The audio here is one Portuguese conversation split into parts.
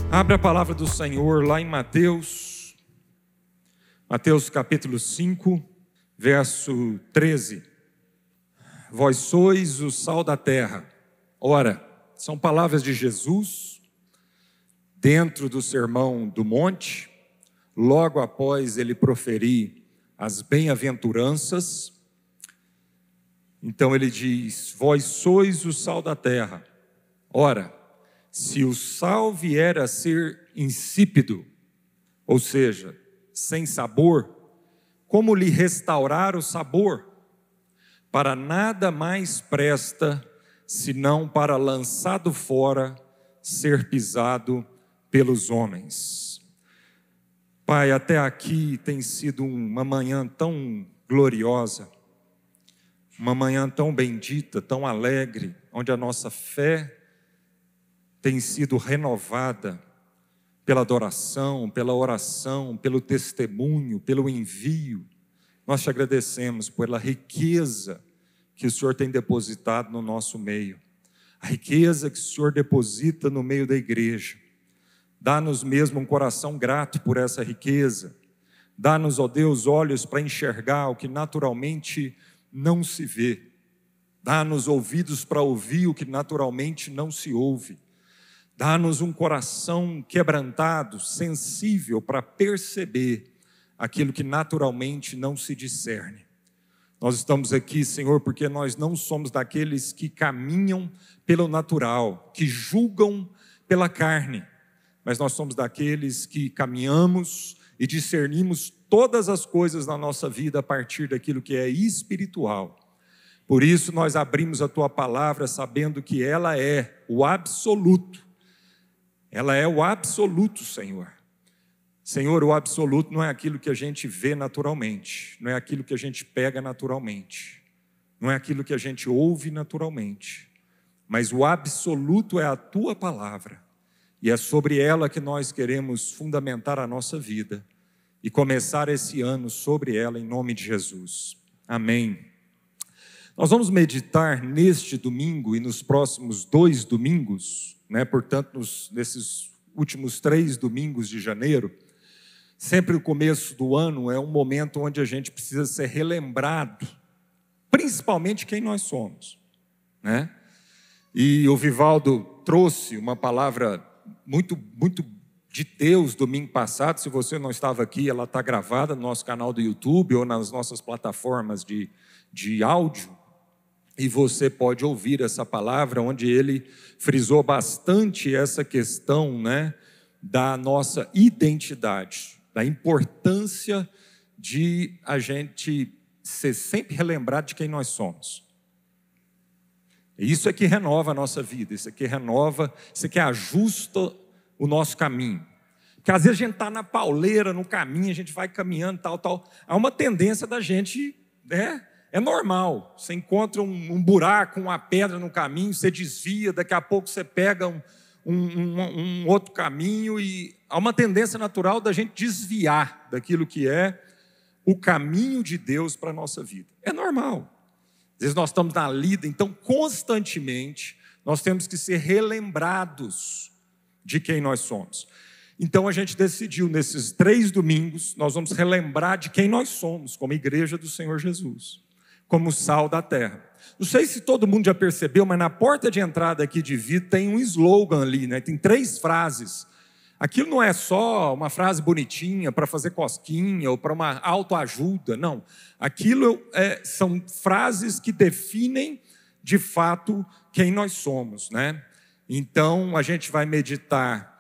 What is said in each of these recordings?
Abra a palavra do Senhor lá em Mateus capítulo 5, verso 13. Vós sois o sal da terra. Ora, são palavras de Jesus, dentro do Sermão do Monte, logo após ele proferir as bem-aventuranças. Então ele diz: vós sois o sal da terra. Ora, se o sal vier a ser insípido, ou seja, sem sabor, como lhe restaurar o sabor? Para nada mais presta, senão para, lançado fora, ser pisado pelos homens. Pai, até aqui tem sido uma manhã tão gloriosa, uma manhã tão bendita, tão alegre, onde a nossa fé tem sido renovada pela adoração, pela oração, pelo testemunho, pelo envio. Nós te agradecemos pela riqueza que o Senhor tem depositado no nosso meio, a riqueza que o Senhor deposita no meio da igreja. Dá-nos mesmo um coração grato por essa riqueza. Dá-nos, ó Deus, olhos para enxergar o que naturalmente não se vê. Dá-nos ouvidos para ouvir o que naturalmente não se ouve. Dá-nos um coração quebrantado, sensível para perceber aquilo que naturalmente não se discerne. Nós estamos aqui, Senhor, porque nós não somos daqueles que caminham pelo natural, que julgam pela carne, mas nós somos daqueles que caminhamos e discernimos todas as coisas na nossa vida a partir daquilo que é espiritual. Por isso nós abrimos a Tua palavra sabendo que ela é o absoluto. Ela é o absoluto, Senhor. Senhor, o absoluto não é aquilo que a gente vê naturalmente, não é aquilo que a gente pega naturalmente, não é aquilo que a gente ouve naturalmente, mas o absoluto é a Tua palavra, e é sobre ela que nós queremos fundamentar a nossa vida e começar esse ano sobre ela, em nome de Jesus. Amém. Nós vamos meditar neste domingo e nos próximos 2 domingos, portanto, nesses últimos 3 domingos de janeiro. Sempre o começo do ano é um momento onde a gente precisa ser relembrado, principalmente quem nós somos, E o Vivaldo trouxe uma palavra muito de Deus domingo passado. Se você não estava aqui, ela está gravada no nosso canal do YouTube ou nas nossas plataformas de áudio. E você pode ouvir essa palavra, onde ele frisou bastante essa questão, da nossa identidade, da importância de a gente ser sempre relembrado de quem nós somos. Isso é que renova a nossa vida, isso é que renova, isso é que ajusta o nosso caminho. Porque às vezes a gente está na pauleira, no caminho, a gente vai caminhando, tal. Há uma tendência da gente, é normal, você encontra um buraco, uma pedra no caminho, você desvia, daqui a pouco você pega um outro caminho, e há uma tendência natural da gente desviar daquilo que é o caminho de Deus para a nossa vida. É normal. Às vezes nós estamos na lida, então constantemente nós temos que ser relembrados de quem nós somos. Então a gente decidiu, nesses 3 domingos, nós vamos relembrar de quem nós somos, como igreja do Senhor Jesus, como sal da terra. Não sei se todo mundo já percebeu, mas na porta de entrada aqui de vidro tem um slogan ali, Tem 3 frases. Aquilo não é só uma frase bonitinha para fazer cosquinha ou para uma autoajuda, não. Aquilo são frases que definem de fato quem nós somos, Então a gente vai meditar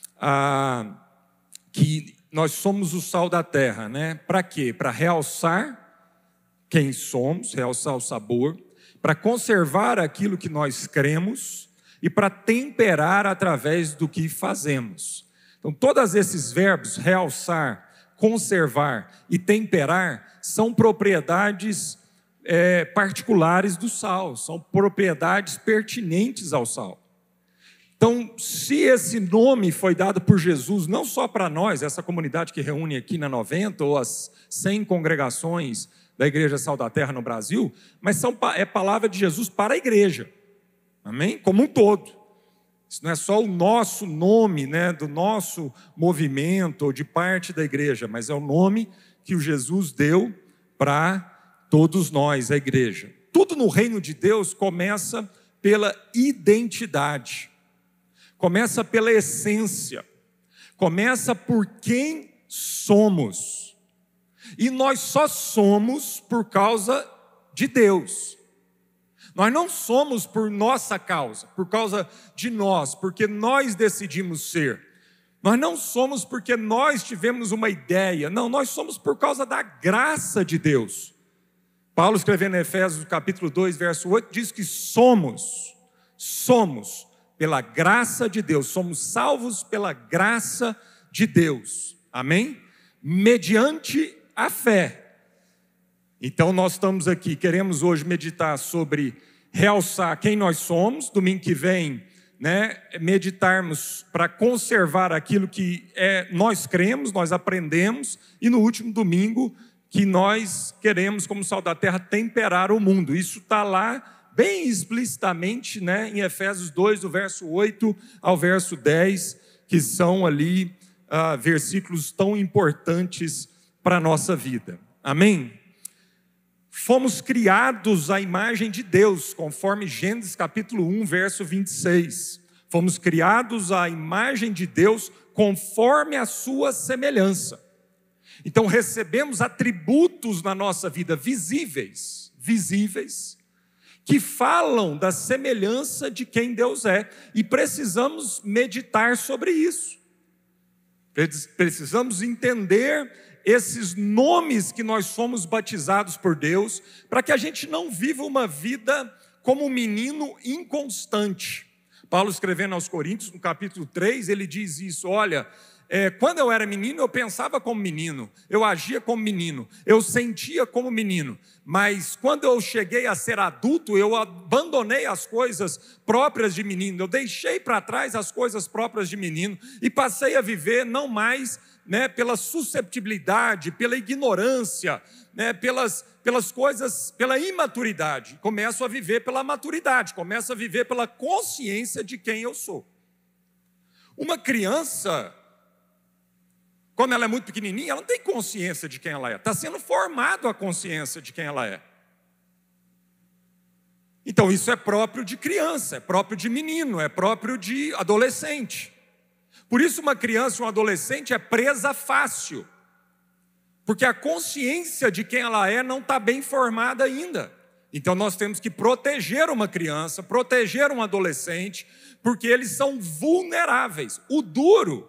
que nós somos o sal da terra, Para quê? Para realçar quem somos, realçar o sabor, para conservar aquilo que nós cremos e para temperar através do que fazemos. Então, todos esses verbos, realçar, conservar e temperar, são propriedades particulares do sal, são propriedades pertinentes ao sal. Então, se esse nome foi dado por Jesus, não só para nós, essa comunidade que reúne aqui na 90 ou as 100 congregações da Igreja Sal da Terra no Brasil, mas é palavra de Jesus para a igreja, amém? Como um todo. Isso não é só o nosso nome, né, do nosso movimento ou de parte da igreja, mas é o nome que o Jesus deu para todos nós, a igreja. Tudo no reino de Deus começa pela identidade, começa pela essência, começa por quem somos. E nós só somos por causa de Deus. Nós não somos por nossa causa, por causa de nós, porque nós decidimos ser. Nós não somos porque nós tivemos uma ideia. Não, nós somos por causa da graça de Deus. Paulo, escrevendo em Efésios capítulo 2, verso 8, diz que somos pela graça de Deus, somos salvos pela graça de Deus. Amém? Mediante a fé. Então nós estamos aqui, queremos hoje meditar sobre realçar quem nós somos. Domingo que vem, né, meditarmos para conservar aquilo que nós cremos, nós aprendemos. E no último domingo, que nós queremos, como sal da terra, temperar o mundo. Isso está lá bem explicitamente, né, em Efésios 2, do verso 8 ao verso 10, que são ali versículos tão importantes para a nossa vida. Amém? Fomos criados à imagem de Deus, conforme Gênesis capítulo 1, verso 26. Fomos criados à imagem de Deus, conforme a sua semelhança. Então recebemos atributos na nossa vida visíveis, que falam da semelhança de quem Deus é. E precisamos meditar sobre isso. Precisamos entender esses nomes que nós somos batizados por Deus, para que a gente não viva uma vida como um menino inconstante. Paulo, escrevendo aos Coríntios, no capítulo 3, ele diz isso: olha, quando eu era menino, eu pensava como menino, eu agia como menino, eu sentia como menino, mas quando eu cheguei a ser adulto, eu abandonei as coisas próprias de menino, eu deixei para trás as coisas próprias de menino e passei a viver não mais, né, pela susceptibilidade, pela ignorância, né, pelas coisas, pela imaturidade. Começo a viver pela maturidade, começo a viver pela consciência de quem eu sou. Uma criança, quando ela é muito pequenininha, ela não tem consciência de quem ela é. Está sendo formado a consciência de quem ela é. Então isso é próprio de criança, é próprio de menino, é próprio de adolescente. Por isso uma criança e um adolescente é presa fácil, porque a consciência de quem ela é não está bem formada ainda. Então nós temos que proteger uma criança, proteger um adolescente, porque eles são vulneráveis. O duro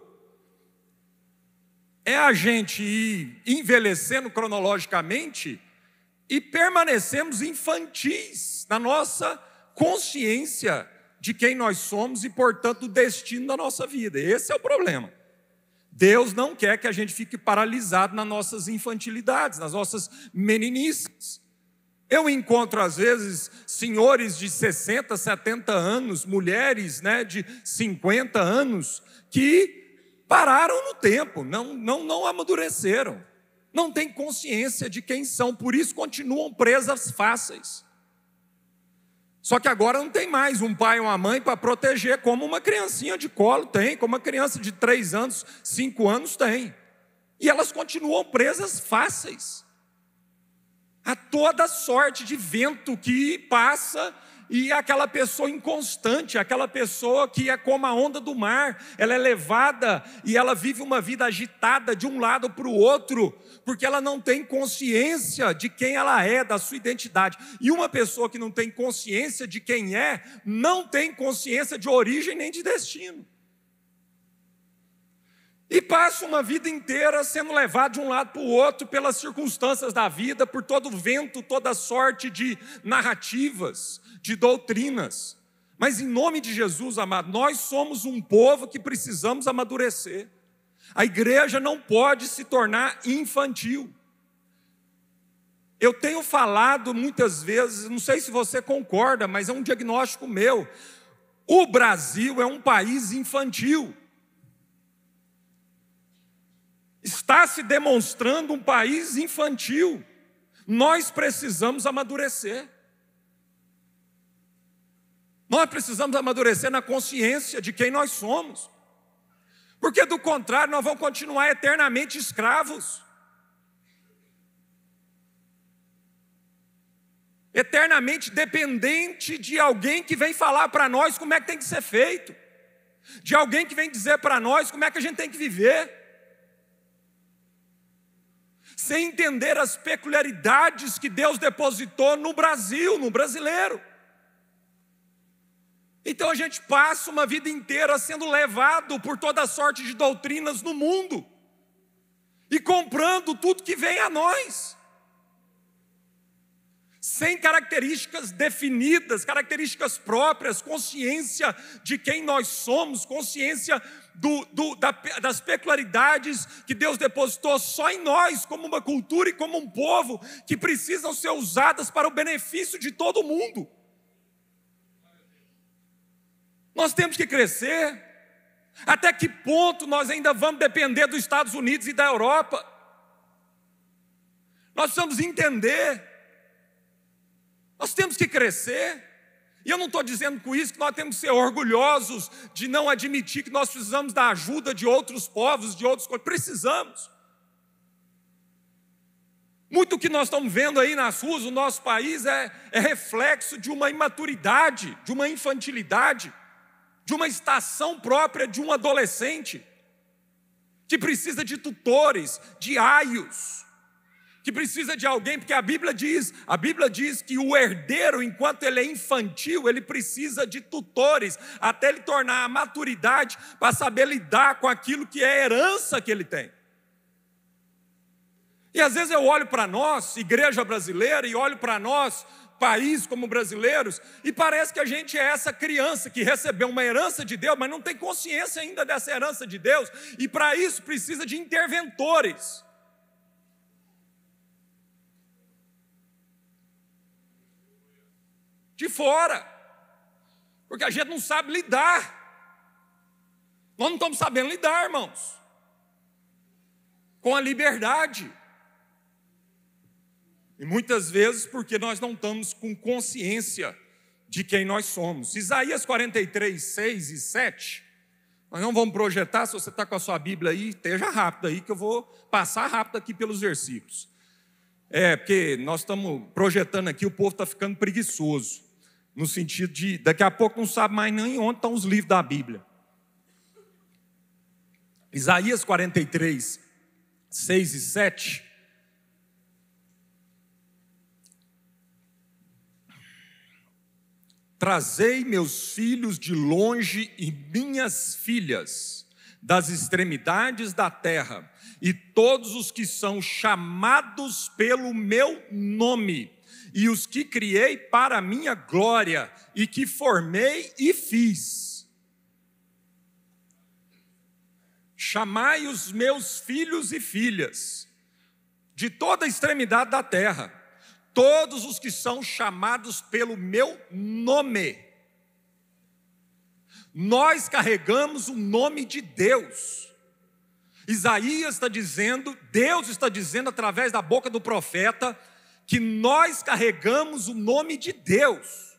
é a gente ir envelhecendo cronologicamente e permanecemos infantis na nossa consciência de quem nós somos e, portanto, do destino da nossa vida. Esse é o problema. Deus não quer que a gente fique paralisado nas nossas infantilidades, nas nossas meninices. Eu encontro, às vezes, senhores de 60, 70 anos, mulheres, né, de 50 anos, que pararam no tempo, não amadureceram, não têm consciência de quem são, por isso continuam presas fáceis. Só que agora não tem mais um pai ou uma mãe para proteger, como uma criancinha de colo tem, como uma criança de 3 anos, 5 anos tem. E elas continuam presas fáceis a toda sorte de vento que passa, e aquela pessoa inconstante, aquela pessoa que é como a onda do mar, ela é levada e ela vive uma vida agitada de um lado para o outro, porque ela não tem consciência de quem ela é, da sua identidade. E uma pessoa que não tem consciência de quem é, não tem consciência de origem nem de destino. E passa uma vida inteira sendo levado de um lado para o outro pelas circunstâncias da vida, por todo o vento, toda sorte de narrativas, de doutrinas. Mas em nome de Jesus, amado, nós somos um povo que precisamos amadurecer. A igreja não pode se tornar infantil. Eu tenho falado muitas vezes, não sei se você concorda, mas é um diagnóstico meu. O Brasil é um país infantil. Está se demonstrando um país infantil. Nós precisamos amadurecer. Nós precisamos amadurecer na consciência de quem nós somos, porque do contrário nós vamos continuar eternamente escravos, eternamente dependente de alguém que vem falar para nós como é que tem que ser feito, de alguém que vem dizer para nós como é que a gente tem que viver, sem entender as peculiaridades que Deus depositou no Brasil, no brasileiro. Então a gente passa uma vida inteira sendo levado por toda sorte de doutrinas no mundo e comprando tudo que vem a nós, sem características definidas, características próprias, consciência de quem nós somos, consciência das peculiaridades que Deus depositou só em nós, como uma cultura e como um povo, que precisam ser usadas para o benefício de todo mundo. Nós temos que crescer. Até que ponto nós ainda vamos depender dos Estados Unidos e da Europa? Nós precisamos entender. Nós temos que crescer. E eu não estou dizendo com isso que nós temos que ser orgulhosos de não admitir que nós precisamos da ajuda de outros povos, de outros... Precisamos. Muito que nós estamos vendo aí nas ruas do nosso país é reflexo de uma imaturidade, de uma infantilidade, de uma estação própria de um adolescente, que precisa de tutores, de aios, que precisa de alguém, porque a Bíblia diz que o herdeiro, enquanto ele é infantil, ele precisa de tutores, até ele tornar a maturidade, para saber lidar com aquilo que é a herança que ele tem. E às vezes eu olho para nós, igreja brasileira, e olho para nós, país como brasileiros, e parece que a gente é essa criança que recebeu uma herança de Deus, mas não tem consciência ainda dessa herança de Deus, e para isso precisa de interventores. De fora, porque a gente não sabe lidar. Nós não estamos sabendo lidar, irmãos, com a liberdade. E muitas vezes porque nós não estamos com consciência de quem nós somos. Isaías 43, 6 e 7, nós não vamos projetar. Se você está com a sua Bíblia aí, esteja rápido aí, que eu vou passar rápido aqui pelos versículos. Porque nós estamos projetando aqui, o povo está ficando preguiçoso, no sentido de, daqui a pouco não sabe mais nem onde estão os livros da Bíblia. Isaías 43, 6 e 7. Trazei meus filhos de longe e minhas filhas das extremidades da terra, e todos os que são chamados pelo meu nome, e os que criei para a minha glória, e que formei e fiz. Chamai os meus filhos e filhas de toda a extremidade da terra, todos os que são chamados pelo meu nome. Nós carregamos o nome de Deus. Isaías está dizendo, Deus está dizendo através da boca do profeta, que nós carregamos o nome de Deus.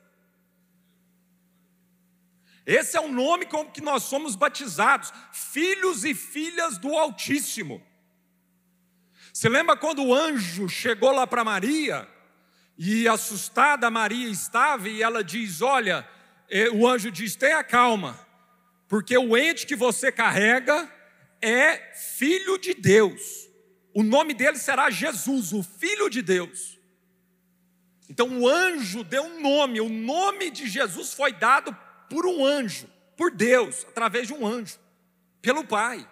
Esse é o nome com que nós somos batizados, filhos e filhas do Altíssimo. Você lembra quando o anjo chegou lá para Maria, e assustada Maria estava, e ela diz, olha, o anjo diz, tenha calma, porque o ente que você carrega é filho de Deus. O nome dele será Jesus, o Filho de Deus. Então o anjo deu um nome, o nome de Jesus foi dado por um anjo, por Deus, através de um anjo, pelo Pai.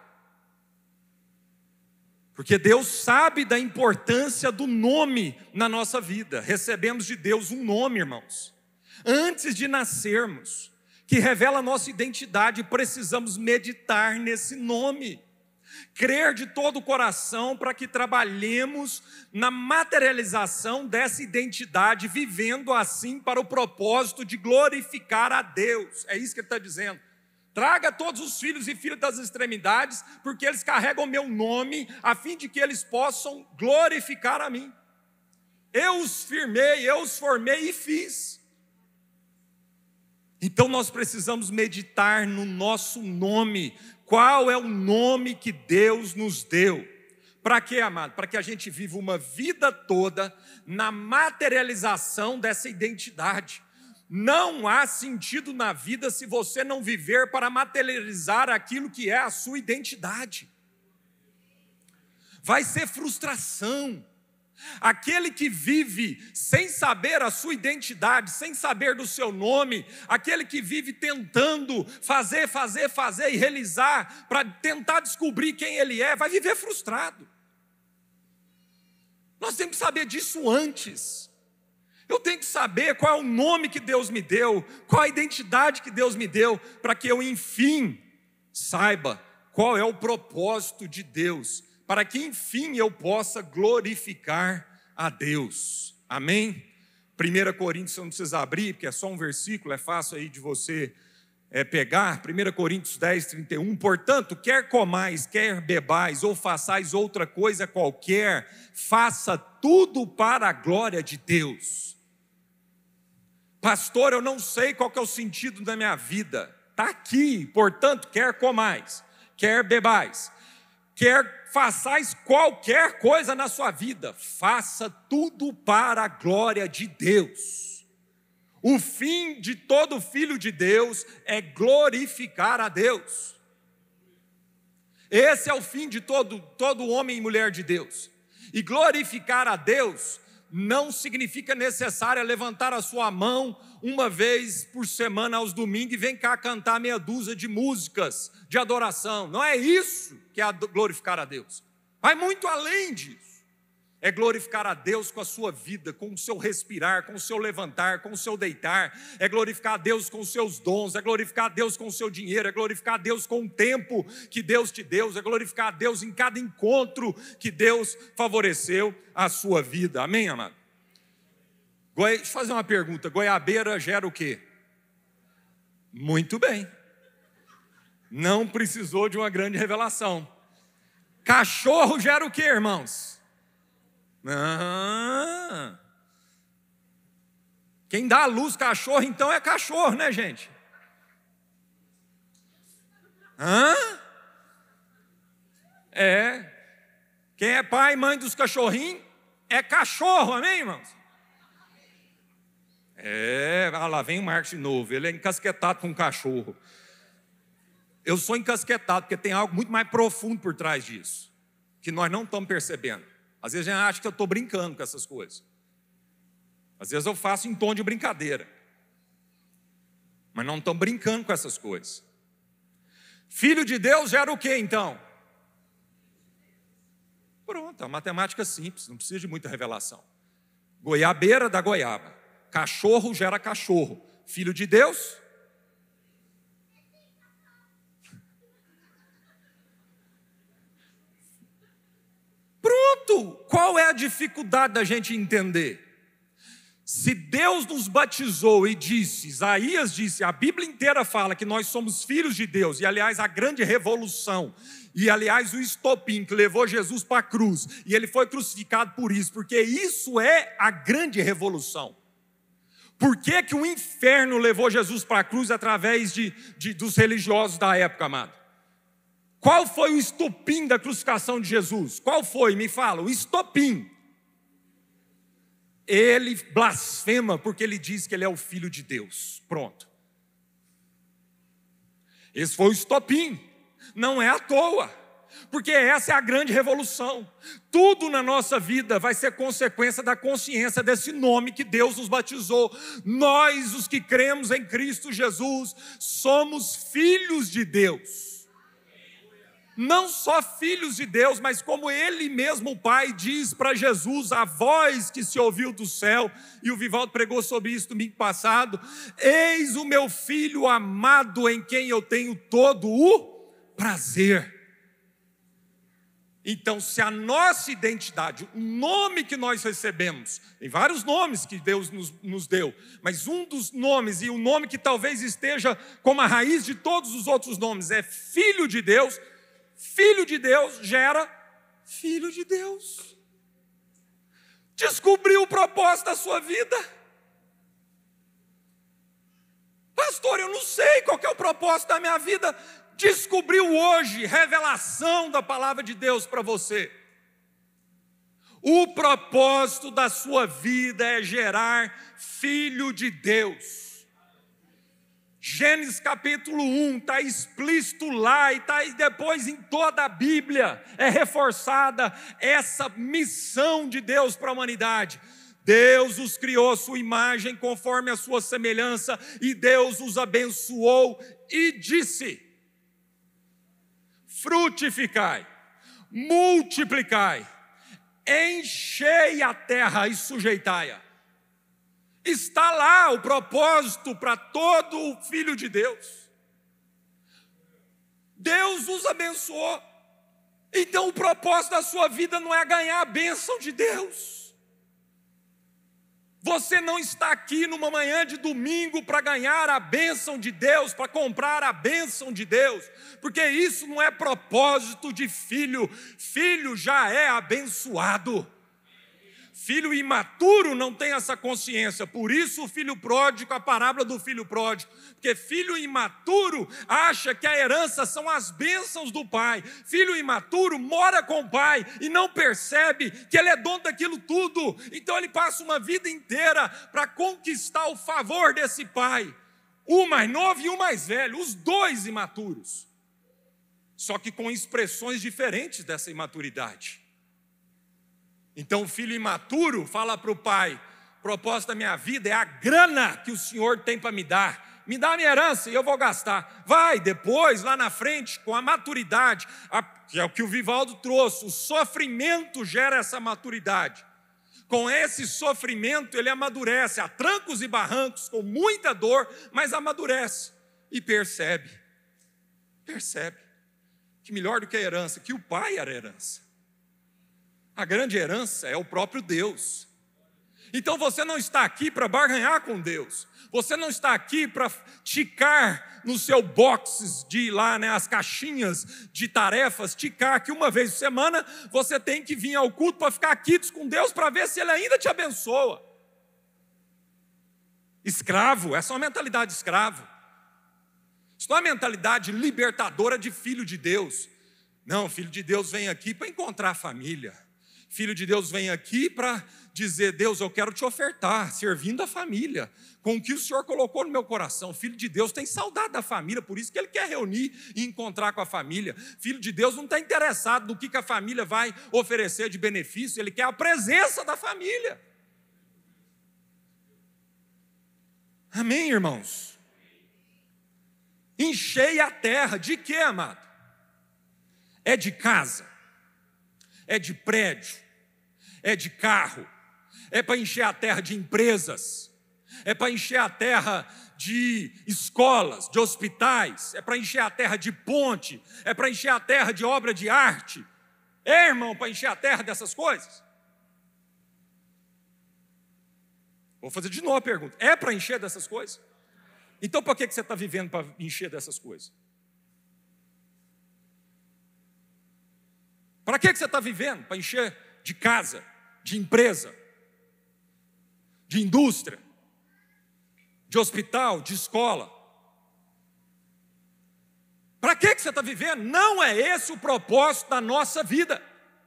Porque Deus sabe da importância do nome na nossa vida. Recebemos de Deus um nome, irmãos, antes de nascermos, que revela a nossa identidade. Precisamos meditar nesse nome, crer de todo o coração para que trabalhemos na materialização dessa identidade, vivendo assim para o propósito de glorificar a Deus. É isso que ele está dizendo. Traga todos os filhos e filhas das extremidades, porque eles carregam o meu nome, a fim de que eles possam glorificar a mim. Eu os firmei, eu os formei e fiz. Então nós precisamos meditar no nosso nome. Qual é o nome que Deus nos deu? Para quê, amado? Para que a gente viva uma vida toda na materialização dessa identidade. Não há sentido na vida se você não viver para materializar aquilo que é a sua identidade. Vai ser frustração. Aquele que vive sem saber a sua identidade, sem saber do seu nome, aquele que vive tentando fazer e realizar para tentar descobrir quem ele é, vai viver frustrado. Nós temos que saber disso antes. Eu tenho que saber qual é o nome que Deus me deu, qual a identidade que Deus me deu, para que eu, enfim, saiba qual é o propósito de Deus, para que, enfim, eu possa glorificar a Deus. Amém? 1 Coríntios, não precisa abrir, porque é só um versículo, é fácil aí de você pegar. 1 Coríntios 10, 31. Portanto, quer comais, quer bebais, ou façais outra coisa qualquer, faça tudo para a glória de Deus. Pastor, eu não sei qual que é o sentido da minha vida. Está aqui, portanto, quer comais, quer bebais, quer façais qualquer coisa na sua vida, faça tudo para a glória de Deus. O fim de todo filho de Deus é glorificar a Deus. Esse é o fim de todo homem e mulher de Deus. E glorificar a Deus não significa necessário levantar a sua mão uma vez por semana aos domingos e vem cá cantar meia dúzia de músicas de adoração. Não é isso que é glorificar a Deus. Vai muito além disso. É glorificar a Deus com a sua vida, com o seu respirar, com o seu levantar, com o seu deitar. É glorificar a Deus com os seus dons, é glorificar a Deus com o seu dinheiro, é glorificar a Deus com o tempo que Deus te deu, é glorificar a Deus em cada encontro que Deus favoreceu a sua vida. Amém, amado? Deixa eu fazer uma pergunta. Goiabeira gera o quê? Muito bem. Não precisou de uma grande revelação. Cachorro gera o quê, irmãos? Quem dá à luz cachorro, então é cachorro, né, gente? Quem é pai e mãe dos cachorrinhos é cachorro, amém, irmãos? Lá vem o Marcos de novo, ele é encasquetado com cachorro. Eu sou encasquetado porque tem algo muito mais profundo por trás disso, que nós não estamos percebendo. Às vezes a gente acha que eu estou brincando com essas coisas. Às vezes eu faço em tom de brincadeira. Mas não estamos brincando com essas coisas. Filho de Deus gera o quê então? Pronto, é uma matemática simples, não precisa de muita revelação. Goiabeira dá goiaba. Cachorro gera cachorro. Filho de Deus? Pronto! Qual é a dificuldade da gente entender? Se Deus nos batizou e disse, Isaías disse, a Bíblia inteira fala que nós somos filhos de Deus, e aliás a grande revolução, e aliás o estopim que levou Jesus para a cruz, e ele foi crucificado por isso, porque isso é a grande revolução. Por que que o inferno levou Jesus para a cruz através dos religiosos da época, amado? Qual foi o estopim da crucificação de Jesus? Qual foi? Me fala, o estopim. Ele blasfema porque ele diz que ele é o Filho de Deus. Pronto. Esse foi o estopim. Não é à toa. Porque essa é a grande revolução. Tudo na nossa vida vai ser consequência da consciência desse nome que Deus nos batizou. Nós, os que cremos em Cristo Jesus, somos filhos de Deus. Não só filhos de Deus, mas como Ele mesmo, o Pai, diz para Jesus, a voz que se ouviu do céu, e o Vivaldo pregou sobre isso domingo passado: eis o meu filho amado em quem eu tenho todo o prazer. Então, se a nossa identidade, o nome que nós recebemos, tem vários nomes que Deus nos deu, mas um dos nomes, e o nome que talvez esteja como a raiz de todos os outros nomes, é Filho de Deus. Filho de Deus gera Filho de Deus. Descobriu o propósito da sua vida. Pastor, eu não sei qual que é o propósito da minha vida. Descobriu hoje, revelação da palavra de Deus para você. O propósito da sua vida é gerar filho de Deus. Gênesis capítulo 1 está explícito lá e está depois em toda a Bíblia. É reforçada essa missão de Deus para a humanidade. Deus os criou à sua imagem, conforme a sua semelhança, e Deus os abençoou e disse: frutificai, multiplicai, enchei a terra e sujeitai-a. Está lá o propósito para todo o filho de Deus. Deus os abençoou. Então o propósito da sua vida não é ganhar a bênção de Deus. Você não está aqui numa manhã de domingo para ganhar a bênção de Deus, para comprar a bênção de Deus, porque isso não é propósito de filho. Filho já é abençoado. Filho imaturo não tem essa consciência, por isso o filho pródigo, a parábola do filho pródigo, porque filho imaturo acha que a herança são as bênçãos do pai. Filho imaturo mora com o pai e não percebe que ele é dono daquilo tudo, então ele passa uma vida inteira para conquistar o favor desse pai, o mais novo e o mais velho, os dois imaturos, só que com expressões diferentes dessa imaturidade. Então o filho imaturo fala para o pai: o propósito da minha vida é a grana que o Senhor tem para me dar. Me dá a minha herança e eu vou gastar. Vai, depois, lá na frente, com a maturidade, que é o que o Vivaldo trouxe, o sofrimento gera essa maturidade. Com esse sofrimento ele amadurece, a trancos e barrancos, com muita dor, mas amadurece. E percebe que melhor do que a herança, que o pai era a herança. A grande herança é o próprio Deus. Então você não está aqui para barganhar com Deus. Você não está aqui para ticar no seu box de ir lá, as caixinhas de tarefas, ticar que uma vez por semana você tem que vir ao culto para ficar quites com Deus para ver se Ele ainda te abençoa. Escravo, essa é uma mentalidade de escravo. Isso não é uma mentalidade libertadora de filho de Deus. Não, filho de Deus vem aqui para encontrar a família. Filho de Deus vem aqui para dizer: Deus, eu quero te ofertar, servindo a família, com o que o Senhor colocou no meu coração. Filho de Deus tem saudade da família, por isso que ele quer reunir e encontrar com a família. Filho de Deus não está interessado no que a família vai oferecer de benefício, ele quer a presença da família. Amém, irmãos? Enchei a terra, de quê, amado? É de casa, é de prédio, é de carro, é para encher a terra de empresas, é para encher a terra de escolas, de hospitais, é para encher a terra de ponte, é para encher a terra de obra de arte. É, irmão, para encher a terra dessas coisas? Vou fazer de novo a pergunta: é para encher dessas coisas? Então por que você está vivendo para encher dessas coisas? Para que você está vivendo? Para encher de casa, de empresa, de indústria, de hospital, de escola. Para que você está vivendo? Não é esse o propósito da nossa vida.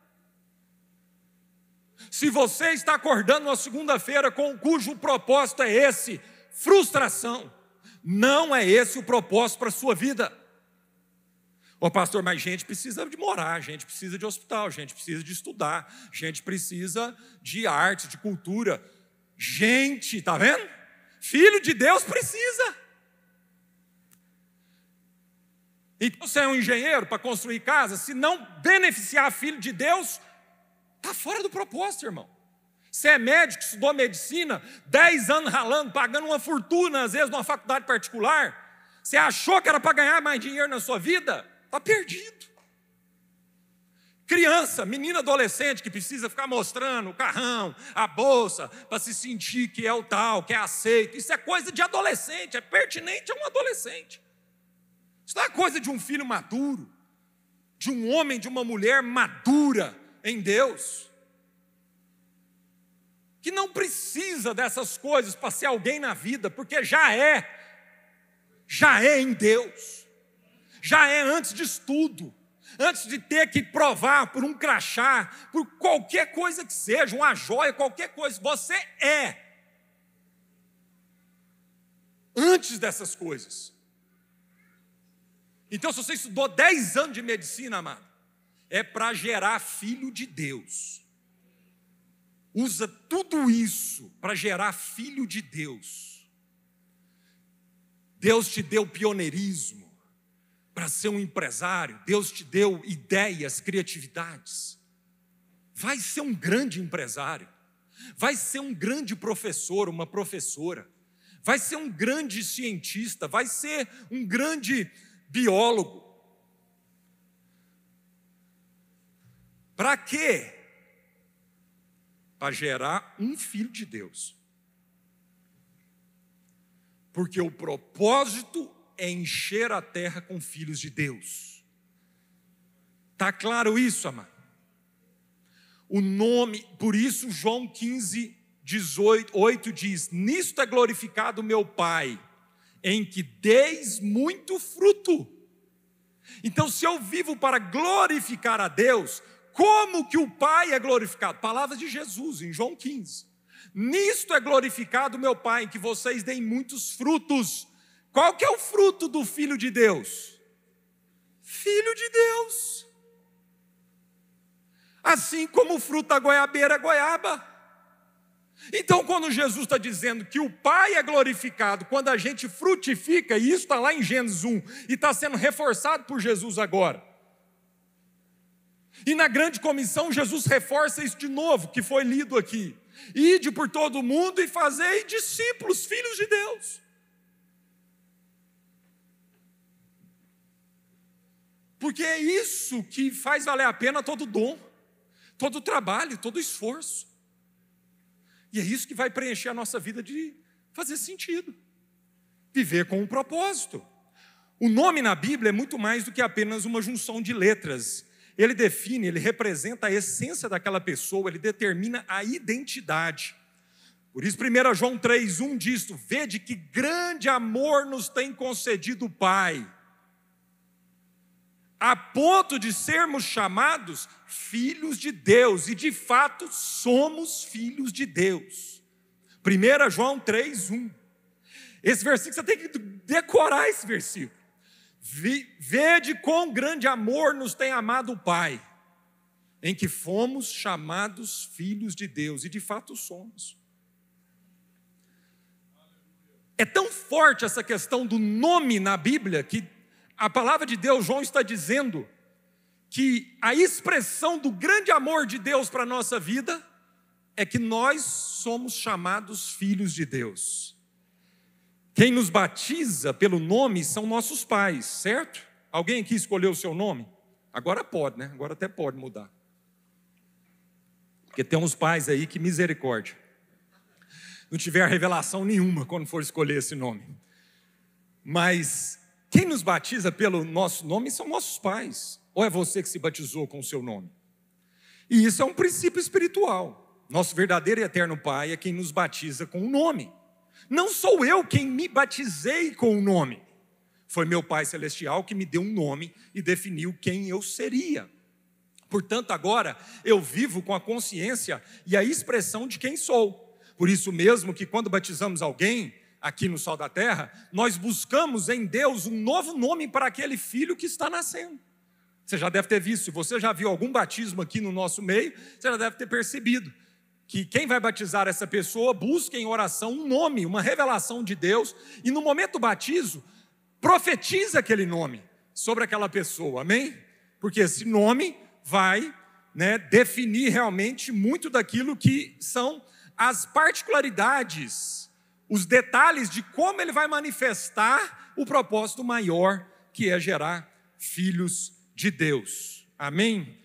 Se você está acordando uma segunda-feira cujo propósito é esse, frustração, não é esse o propósito para a sua vida. Ô pastor, mas gente precisa de morar, gente precisa de hospital, gente precisa de estudar, gente precisa de arte, de cultura. Gente, tá vendo? Filho de Deus precisa. Então você é um engenheiro para construir casa, se não beneficiar filho de Deus, está fora do propósito, irmão. Você é médico, estudou medicina, 10 anos ralando, pagando uma fortuna, às vezes, numa faculdade particular. Você achou que era para ganhar mais dinheiro na sua vida? Está perdido. Criança, menina, adolescente que precisa ficar mostrando o carrão, a bolsa, para se sentir que é o tal, que é aceito. Isso é coisa de adolescente, é pertinente a um adolescente. Isso não é coisa de um filho maduro, de um homem, de uma mulher madura em Deus, que não precisa dessas coisas para ser alguém na vida, porque já é. já é em Deus, já é antes disso tudo. Antes de ter que provar por um crachá, por qualquer coisa que seja, uma joia, qualquer coisa, você é. Antes dessas coisas. Então, se você estudou 10 anos de medicina, amado, é para gerar filho de Deus. Usa tudo isso para gerar filho de Deus. Deus te deu pioneirismo para ser um empresário. Deus te deu ideias, criatividades. Vai ser um grande empresário. Vai ser um grande professor, uma professora. Vai ser um grande cientista. Vai ser um grande biólogo. Para quê? Para gerar um filho de Deus. Porque o propósito é encher a terra com filhos de Deus. Está claro isso, amado? O nome, por isso João 15:8 diz: nisto é glorificado meu Pai, em que deis muito fruto. Então, se eu vivo para glorificar a Deus, como que o Pai é glorificado? Palavras de Jesus em João 15. Nisto é glorificado meu Pai, em que vocês deem muitos frutos. Qual que é o fruto do Filho de Deus? Filho de Deus. Assim como o fruto da goiabeira é goiaba. Então, quando Jesus está dizendo que o Pai é glorificado quando a gente frutifica, e isso está lá em Gênesis 1, e está sendo reforçado por Jesus agora. E na grande comissão, Jesus reforça isso de novo, que foi lido aqui. Ide por todo o mundo e fazei discípulos, filhos de Deus. Porque é isso que faz valer a pena todo dom, todo trabalho, todo esforço. E é isso que vai preencher a nossa vida de fazer sentido. Viver com um propósito. O nome na Bíblia é muito mais do que apenas uma junção de letras. Ele define, ele representa a essência daquela pessoa, ele determina a identidade. Por isso 1 João 3:1 diz: vede que grande amor nos tem concedido o Pai, a ponto de sermos chamados filhos de Deus, e de fato somos filhos de Deus. 1 João 3:1. Esse versículo, você tem que decorar esse versículo. Vede quão grande amor nos tem amado o Pai, em que fomos chamados filhos de Deus, e de fato somos. É tão forte essa questão do nome na Bíblia, que a palavra de Deus, João está dizendo que a expressão do grande amor de Deus para a nossa vida é que nós somos chamados filhos de Deus. Quem nos batiza pelo nome são nossos pais, certo? Alguém aqui escolheu o seu nome? Agora pode, né? Agora até pode mudar. Porque tem uns pais aí que misericórdia. Não tiver revelação nenhuma quando for escolher esse nome. Mas quem nos batiza pelo nosso nome são nossos pais. Ou é você que se batizou com o seu nome? E isso é um princípio espiritual. Nosso verdadeiro e eterno Pai é quem nos batiza com o nome. Não sou eu quem me batizei com o nome. Foi meu Pai Celestial que me deu um nome e definiu quem eu seria. Portanto, agora eu vivo com a consciência e a expressão de quem sou. Por isso mesmo que quando batizamos alguém aqui no Sal da Terra, nós buscamos em Deus um novo nome para aquele filho que está nascendo. Você já deve ter visto, se você já viu algum batismo aqui no nosso meio, você já deve ter percebido que quem vai batizar essa pessoa busca em oração um nome, uma revelação de Deus, e no momento do batismo, profetiza aquele nome sobre aquela pessoa, amém? Porque esse nome vai, definir realmente muito daquilo que são as particularidades, os detalhes de como ele vai manifestar o propósito maior, que é gerar filhos de Deus, amém?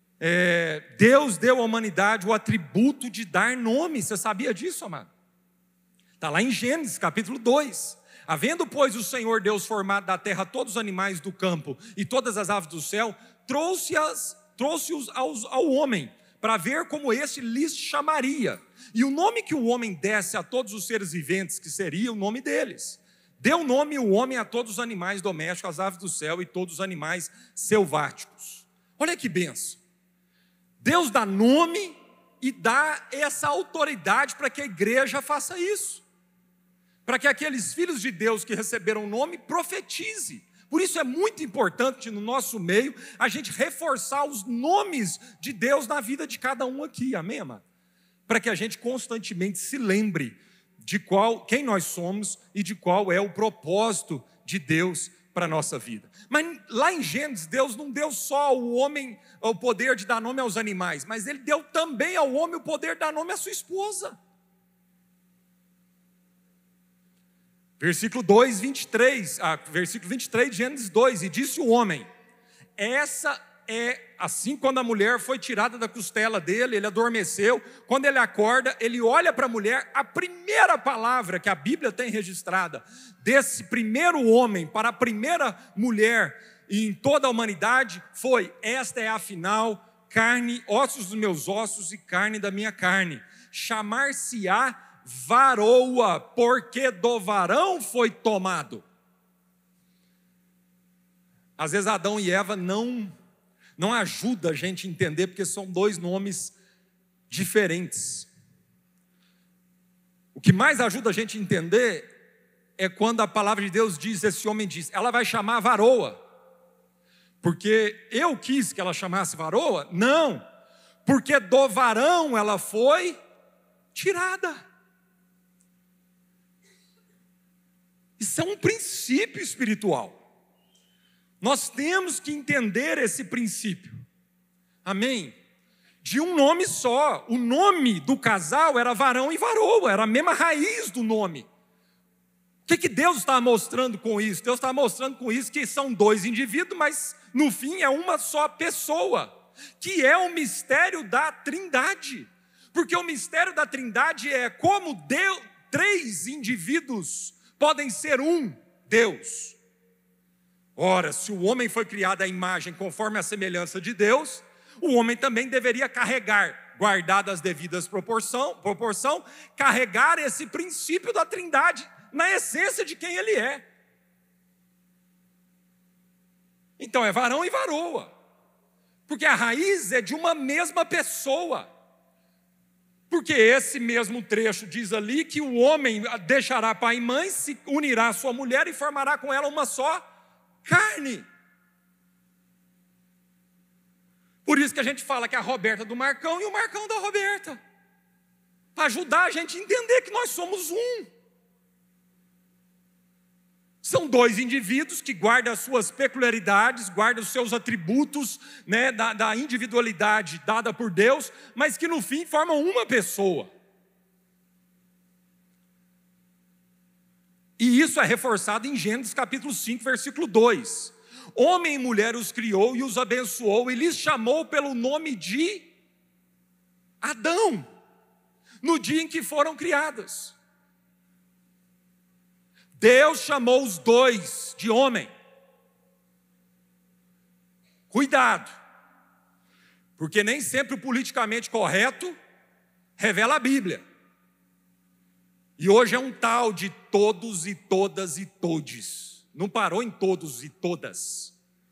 Deus deu à humanidade o atributo de dar nome. Você sabia disso, amado? Está lá em Gênesis capítulo 2. Havendo, pois, o Senhor Deus formado da terra todos os animais do campo e todas as aves do céu, trouxe-os ao homem, para ver como este lhes chamaria. E o nome que o homem desse a todos os seres viventes, que seria o nome deles. Deu nome o homem a todos os animais domésticos, às aves do céu e todos os animais selváticos. Olha que benção. Deus dá nome e dá essa autoridade para que a igreja faça isso. Para que aqueles filhos de Deus que receberam o nome profetize. Por isso é muito importante no nosso meio a gente reforçar os nomes de Deus na vida de cada um aqui, amém, amado? Para que a gente constantemente se lembre de quem nós somos e de qual é o propósito de Deus para a nossa vida. Mas lá em Gênesis, Deus não deu só ao homem o poder de dar nome aos animais, mas Ele deu também ao homem o poder de dar nome à sua esposa. Versículo 2, 23, versículo 23 de Gênesis 2, e disse o homem, essa é assim quando a mulher foi tirada da costela dele, ele adormeceu, quando ele acorda, ele olha para a mulher, a primeira palavra que a Bíblia tem registrada, desse primeiro homem para a primeira mulher em toda a humanidade, foi, esta é afinal carne, ossos dos meus ossos e carne da minha carne, chamar-se-á varoa, porque do varão foi tomado. Às vezes Adão e Eva não ajuda a gente a entender, porque são dois nomes diferentes. O que mais ajuda a gente a entender é quando a palavra de Deus diz, esse homem diz, ela vai chamar varoa, porque eu quis que ela chamasse varoa? Não, porque do varão ela foi tirada. Isso é um princípio espiritual. Nós temos que entender esse princípio. Amém? De um nome só. O nome do casal era varão e varoa, era a mesma raiz do nome. O que Deus está mostrando com isso? Deus está mostrando com isso que são dois indivíduos, mas no fim é uma só pessoa, que é o mistério da Trindade. Porque o mistério da Trindade é como três indivíduos podem ser um Deus. Ora, se o homem foi criado à imagem conforme a semelhança de Deus, o homem também deveria carregar, guardado as devidas proporção, carregar esse princípio da Trindade na essência de quem ele é. Então é varão e varoa, porque a raiz é de uma mesma pessoa. Porque esse mesmo trecho diz ali que o homem deixará pai e mãe, se unirá à sua mulher e formará com ela uma só carne. Por isso que a gente fala que a Roberta é do Marcão e o Marcão da Roberta. Para ajudar a gente a entender que nós somos um. São dois indivíduos que guardam as suas peculiaridades, guardam os seus atributos, né, da individualidade dada por Deus, mas que no fim formam uma pessoa. E isso é reforçado em Gênesis capítulo 5, versículo 2. Homem e mulher os criou e os abençoou e lhes chamou pelo nome de Adão, no dia em que foram criadas. Deus chamou os dois de homem. Cuidado, porque nem sempre o politicamente correto revela a Bíblia. E hoje é um tal de todos e todas e todes. Não parou em todos e todas.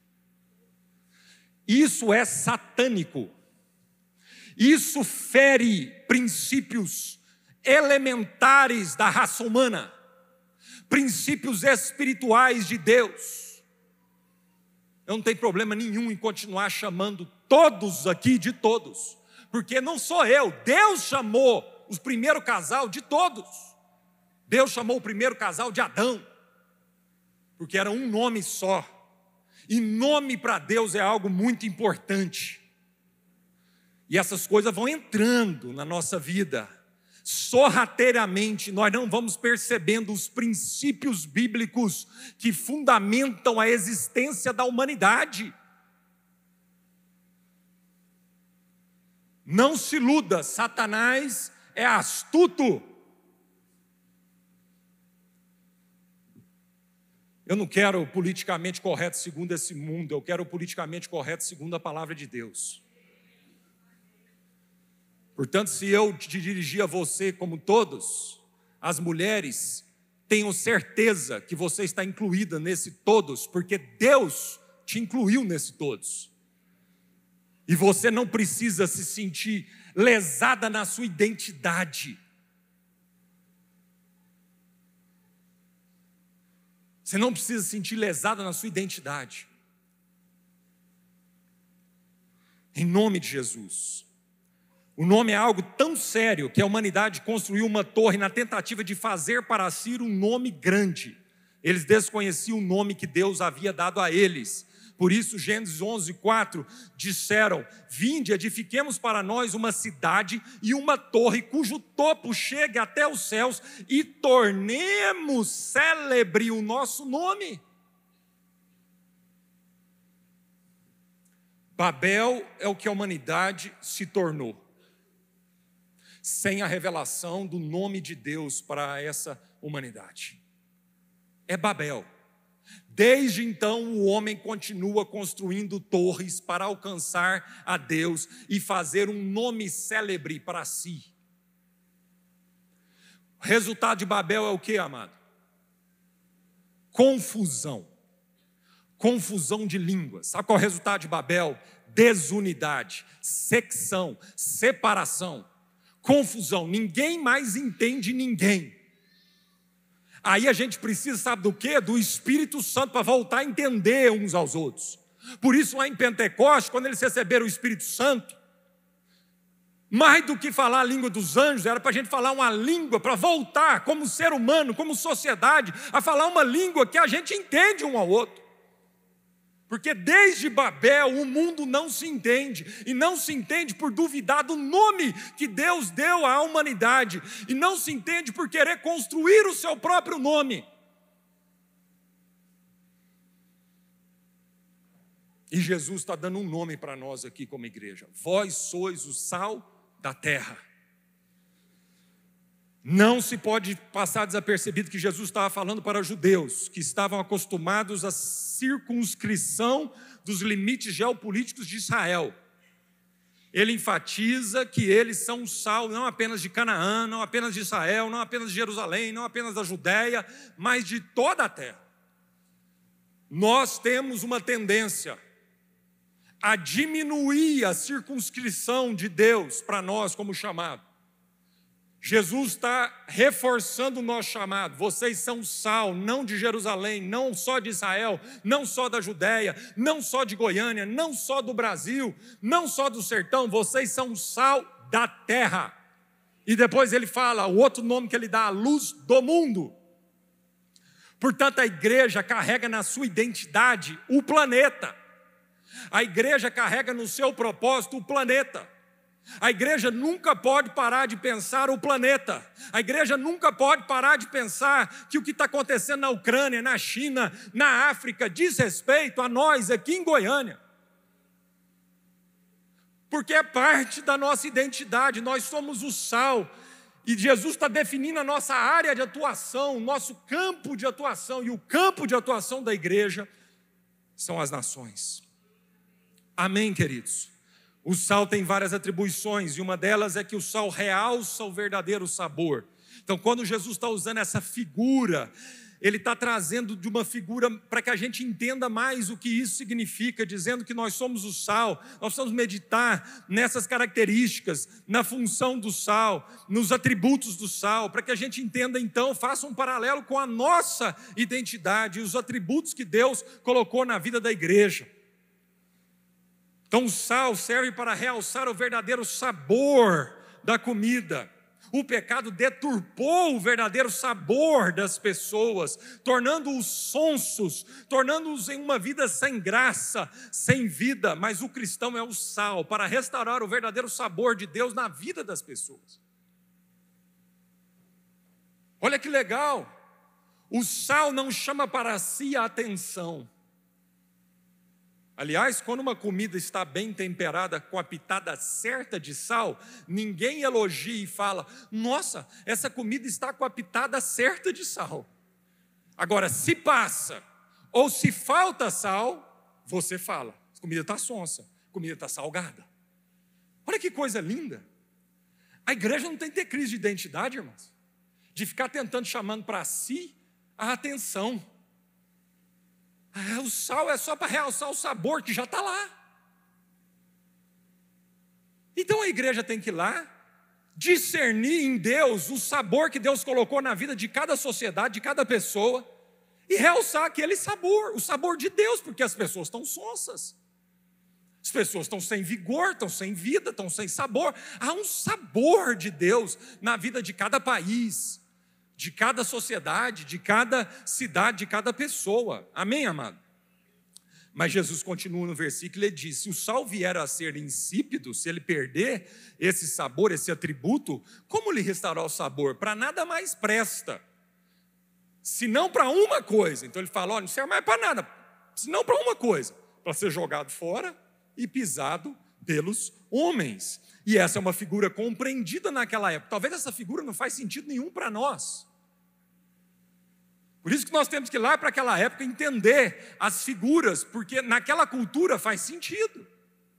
Isso é satânico. Isso fere princípios elementares da raça humana. Princípios espirituais de Deus. Eu não tenho problema nenhum em continuar chamando todos aqui de todos, porque não sou eu, Deus chamou o primeiro casal de todos. Deus chamou o primeiro casal de Adão, porque era um nome só, e nome para Deus é algo muito importante, e essas coisas vão entrando na nossa vida. Sorrateiramente, nós não vamos percebendo os princípios bíblicos que fundamentam a existência da humanidade. Não se iluda, Satanás é astuto. Eu não quero o politicamente correto segundo esse mundo, eu quero o politicamente correto segundo a palavra de Deus. Portanto, se eu dirigir a você como todos, as mulheres Tenho certeza que você está incluída nesse todos, porque Deus te incluiu nesse todos. E você não precisa se sentir lesada na sua identidade. Você não precisa se sentir lesada na sua identidade. Em nome de Jesus. O nome é algo tão sério que a humanidade construiu uma torre na tentativa de fazer para si um nome grande. Eles desconheciam o nome que Deus havia dado a eles. Por isso, Gênesis 11:4 disseram: vinde, edifiquemos para nós uma cidade e uma torre cujo topo chegue até os céus e tornemos célebre o nosso nome. Babel é o que a humanidade se tornou, sem a revelação do nome de Deus para essa humanidade. É Babel. Desde então, o homem continua construindo torres para alcançar a Deus e fazer um nome célebre para si. O resultado de Babel é o que, amado? Confusão. Confusão de línguas. Sabe qual é o resultado de Babel? Desunidade, secção, separação, confusão. Ninguém mais entende ninguém. Aí a gente precisa, sabe do quê? Do Espírito Santo para voltar a entender uns aos outros. Por isso lá em Pentecostes, quando eles receberam o Espírito Santo, mais do que falar a língua dos anjos, era para a gente falar uma língua, para voltar como ser humano, como sociedade, a falar uma língua que a gente entende um ao outro. Porque desde Babel o mundo não se entende, e não se entende por duvidar do nome que Deus deu à humanidade, e não se entende por querer construir o seu próprio nome. E Jesus está dando um nome para nós aqui como igreja: vós sois o sal da terra. Não se pode passar desapercebido que Jesus estava falando para judeus que estavam acostumados à circunscrição dos limites geopolíticos de Israel. Ele enfatiza que eles são o sal não apenas de Canaã, não apenas de Israel, não apenas de Jerusalém, não apenas da Judéia, mas de toda a terra. Nós temos uma tendência a diminuir a circunscrição de Deus para nós como chamado. Jesus está reforçando o nosso chamado. Vocês são sal, não de Jerusalém, não só de Israel, não só da Judéia, não só de Goiânia, não só do Brasil, não só do sertão. Vocês são sal da terra. E depois ele fala, o outro nome que ele dá, a luz do mundo. Portanto, a igreja carrega na sua identidade o planeta. A igreja carrega no seu propósito o planeta. A igreja nunca pode parar de pensar o planeta. A igreja nunca pode parar de pensar que o que está acontecendo na Ucrânia, na China, na África, diz respeito a nós aqui em Goiânia. Porque é parte da nossa identidade, nós somos o sal. E Jesus está definindo a nossa área de atuação, o nosso campo de atuação. E o campo de atuação da igreja são as nações. Amém, queridos? O sal tem várias atribuições, e uma delas é que o sal realça o verdadeiro sabor. Então, quando Jesus está usando essa figura, ele está trazendo de uma figura para que a gente entenda mais o que isso significa, dizendo que nós somos o sal. Nós precisamos meditar nessas características, na função do sal, nos atributos do sal, para que a gente entenda então, faça um paralelo com a nossa identidade e os atributos que Deus colocou na vida da igreja. Então o sal serve para realçar o verdadeiro sabor da comida. O pecado deturpou o verdadeiro sabor das pessoas, tornando-os sonsos, tornando-os em uma vida sem graça, sem vida. Mas o cristão é o sal para restaurar o verdadeiro sabor de Deus na vida das pessoas. Olha que legal, o sal não chama para si a atenção. Aliás, quando uma comida está bem temperada com a pitada certa de sal, ninguém elogia e fala, nossa, essa comida está com a pitada certa de sal. Agora, se passa ou se falta sal, você fala, a comida está sonsa, a comida está salgada. Olha que coisa linda. A igreja não tem que ter crise de identidade, irmãos. de ficar tentando chamando para si a atenção. O sal é só para realçar o sabor que já está lá. Então a igreja tem que ir lá, discernir em Deus o sabor que Deus colocou na vida de cada sociedade, de cada pessoa, e realçar aquele sabor, o sabor de Deus, porque as pessoas estão sonsas. As pessoas estão sem vigor, estão sem vida, estão sem sabor. Há um sabor de Deus na vida de cada país, de cada sociedade, de cada cidade, de cada pessoa. Amém, amado? Mas Jesus continua no versículo e ele diz: se o sal vier a ser insípido, se ele perder esse sabor, esse atributo, como lhe restaurar o sabor? Para nada mais presta, senão para uma coisa. Então ele fala: olha, não serve mais para nada, senão para uma coisa, para ser jogado fora e pisado pelos homens. E essa é uma figura compreendida naquela época. Talvez essa figura não faz sentido nenhum para nós. Por isso que nós temos que ir lá para aquela época entender as figuras, porque naquela cultura faz sentido.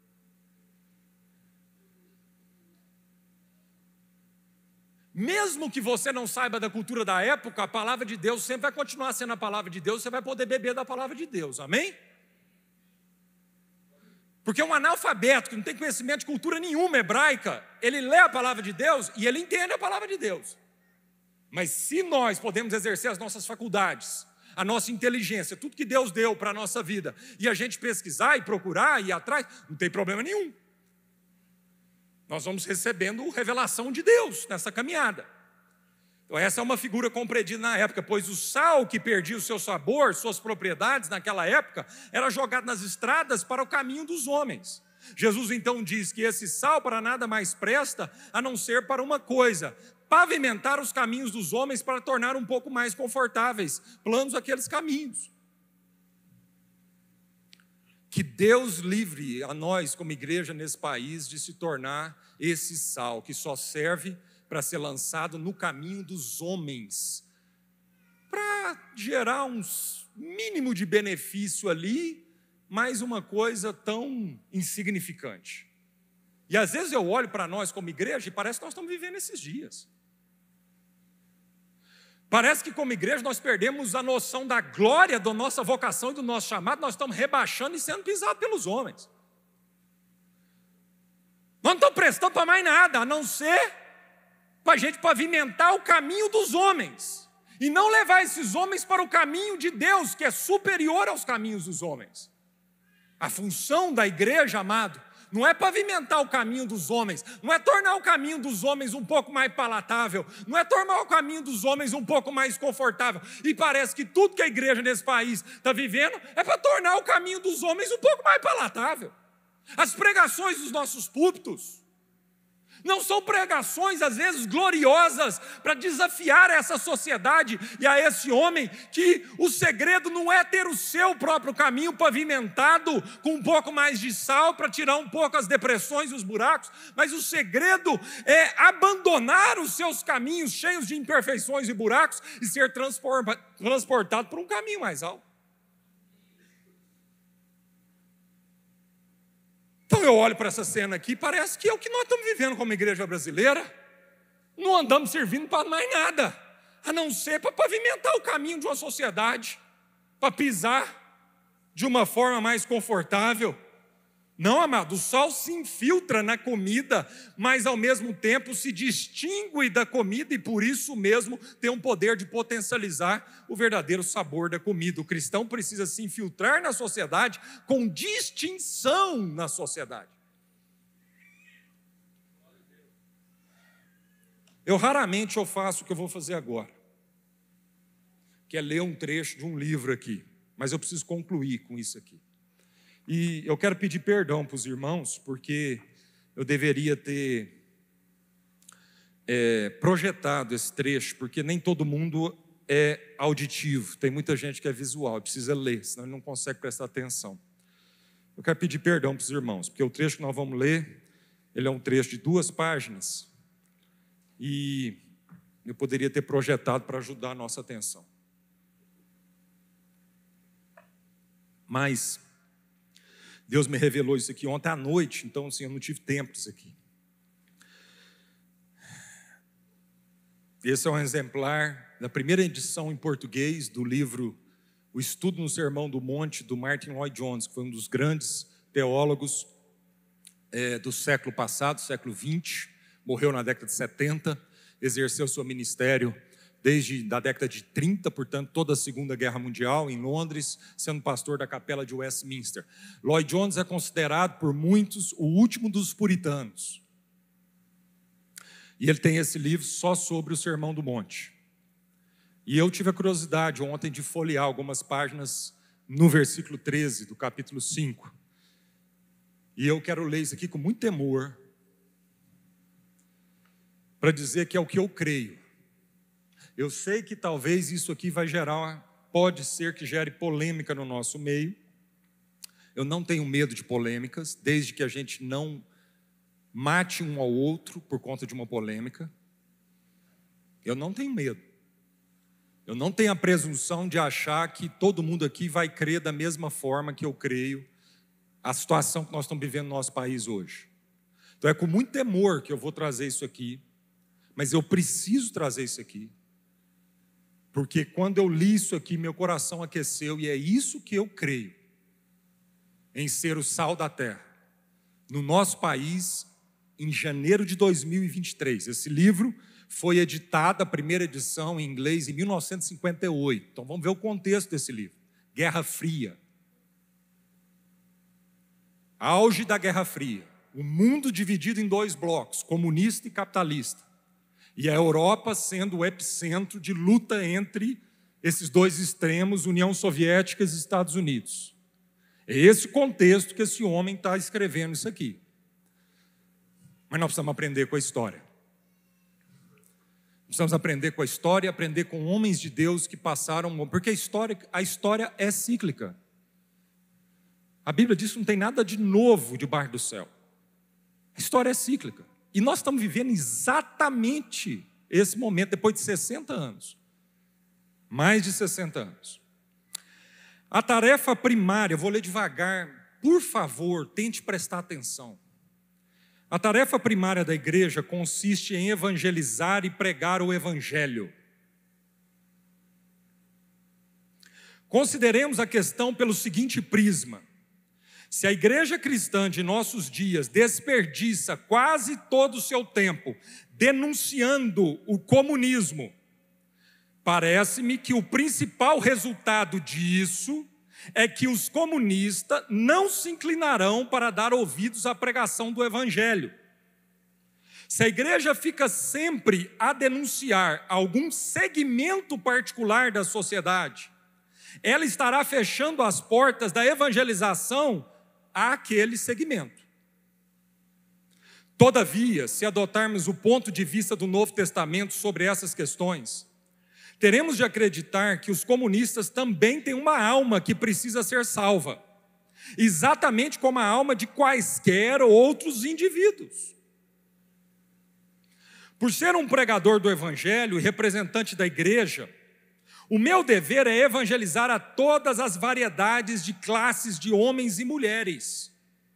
Mesmo que você não saiba da cultura da época, a palavra de Deus sempre vai continuar sendo a palavra de Deus, você vai poder beber da palavra de Deus, amém? Porque um analfabeto que não tem conhecimento de cultura nenhuma hebraica, ele lê a palavra de Deus e ele entende a palavra de Deus. Mas se nós podemos exercer as nossas faculdades, a nossa inteligência, tudo que Deus deu para a nossa vida, e a gente pesquisar e procurar e ir atrás, não tem problema nenhum. Nós vamos recebendo revelação de Deus nessa caminhada. Então essa é uma figura compreendida na época, pois o sal que perdia o seu sabor, suas propriedades naquela época, era jogado nas estradas para o caminho dos homens. Jesus então diz que esse sal para nada mais presta, a não ser para uma coisa: pavimentar os caminhos dos homens para tornar um pouco mais confortáveis, planos aqueles caminhos. Que Deus livre a nós como igreja nesse país de se tornar esse sal que só serve para ser lançado no caminho dos homens, para gerar um mínimo de benefício ali, mas uma coisa tão insignificante. E às vezes eu olho para nós como igreja e parece que nós estamos vivendo esses dias. Parece que como igreja nós perdemos a noção da glória da nossa vocação e do nosso chamado, nós estamos rebaixando e sendo pisados pelos homens. Nós não estamos prestando para mais nada, a não ser para a gente pavimentar o caminho dos homens, e não levar esses homens para o caminho de Deus, que é superior aos caminhos dos homens. A função da igreja, amado, não é pavimentar o caminho dos homens, não é tornar o caminho dos homens um pouco mais palatável, não é tornar o caminho dos homens um pouco mais confortável. E parece que tudo que a igreja nesse país está vivendo é para tornar o caminho dos homens um pouco mais palatável. As pregações dos nossos púlpitos não são pregações, às vezes, gloriosas para desafiar essa sociedade e a esse homem, que o segredo não é ter o seu próprio caminho pavimentado com um pouco mais de sal para tirar um pouco as depressões e os buracos, mas o segredo é abandonar os seus caminhos cheios de imperfeições e buracos e ser transportado por um caminho mais alto. Então eu olho para essa cena aqui e parece que é o que nós estamos vivendo como igreja brasileira. Não andamos servindo para mais nada, a não ser para pavimentar o caminho de uma sociedade, para pisar de uma forma mais confortável. Não, amado, o sal se infiltra na comida, mas ao mesmo tempo se distingue da comida e por isso mesmo tem um poder de potencializar o verdadeiro sabor da comida. O cristão precisa se infiltrar na sociedade com distinção na sociedade. Eu raramente faço o que eu vou fazer agora, que é ler um trecho de um livro aqui, mas eu preciso concluir com isso aqui. E eu quero pedir perdão para os irmãos, porque eu deveria ter projetado esse trecho, porque nem todo mundo é auditivo, tem muita gente que é visual, precisa ler, senão ele não consegue prestar atenção. Eu quero pedir perdão para os irmãos, porque o trecho que nós vamos ler, ele é um trecho de 2 páginas, e eu poderia ter projetado para ajudar a nossa atenção. Mas Deus me revelou isso aqui ontem à noite, então, assim, eu não tive tempo disso aqui. Esse é um exemplar da primeira edição em português do livro O Estudo no Sermão do Monte, do Martin Lloyd-Jones, que foi um dos grandes teólogos do século passado, século XX, morreu na década de 70, exerceu seu ministério desde a década de 30, portanto, toda a Segunda Guerra Mundial, em Londres, sendo pastor da Capela de Westminster. Lloyd-Jones é considerado por muitos o último dos puritanos. E ele tem esse livro só sobre o Sermão do Monte. E eu tive a curiosidade ontem de folhear algumas páginas no versículo 13 do capítulo 5. E eu quero ler isso aqui com muito temor, para dizer que é o que eu creio. Eu sei que talvez isso aqui pode ser que gere polêmica no nosso meio. Eu não tenho medo de polêmicas, desde que a gente não mate um ao outro por conta de uma polêmica. Eu não tenho medo. Eu não tenho a presunção de achar que todo mundo aqui vai crer da mesma forma que eu creio a situação que nós estamos vivendo no nosso país hoje. Então é com muito temor que eu vou trazer isso aqui, mas eu preciso trazer isso aqui, porque quando eu li isso aqui, meu coração aqueceu, e é isso que eu creio, em ser o sal da terra, no nosso país, em janeiro de 2023. Esse livro foi editado, a primeira edição em inglês, em 1958. Então vamos ver o contexto desse livro. Guerra Fria. Auge da Guerra Fria. O mundo dividido em dois blocos, comunista e capitalista. E a Europa sendo o epicentro de luta entre esses dois extremos, União Soviética e Estados Unidos. É esse o contexto que esse homem está escrevendo isso aqui. Mas nós precisamos aprender com a história. Precisamos aprender com a história, aprender com homens de Deus que passaram, porque a história é cíclica. A Bíblia diz que não tem nada de novo debaixo do céu. A história é cíclica. E nós estamos vivendo exatamente esse momento, depois de 60 anos. Mais de 60 anos. A tarefa primária, eu vou ler devagar, por favor, tente prestar atenção. A tarefa primária da igreja consiste em evangelizar e pregar o evangelho. Consideremos a questão pelo seguinte prisma. Se a igreja cristã de nossos dias desperdiça quase todo o seu tempo denunciando o comunismo, parece-me que o principal resultado disso é que os comunistas não se inclinarão para dar ouvidos à pregação do evangelho. Se a igreja fica sempre a denunciar algum segmento particular da sociedade, ela estará fechando as portas da evangelização àquele segmento. Todavia, se adotarmos o ponto de vista do Novo Testamento sobre essas questões, teremos de acreditar que os comunistas também têm uma alma que precisa ser salva, exatamente como a alma de quaisquer outros indivíduos. Por ser um pregador do evangelho e representante da igreja, o meu dever é evangelizar a todas as variedades de classes de homens e mulheres.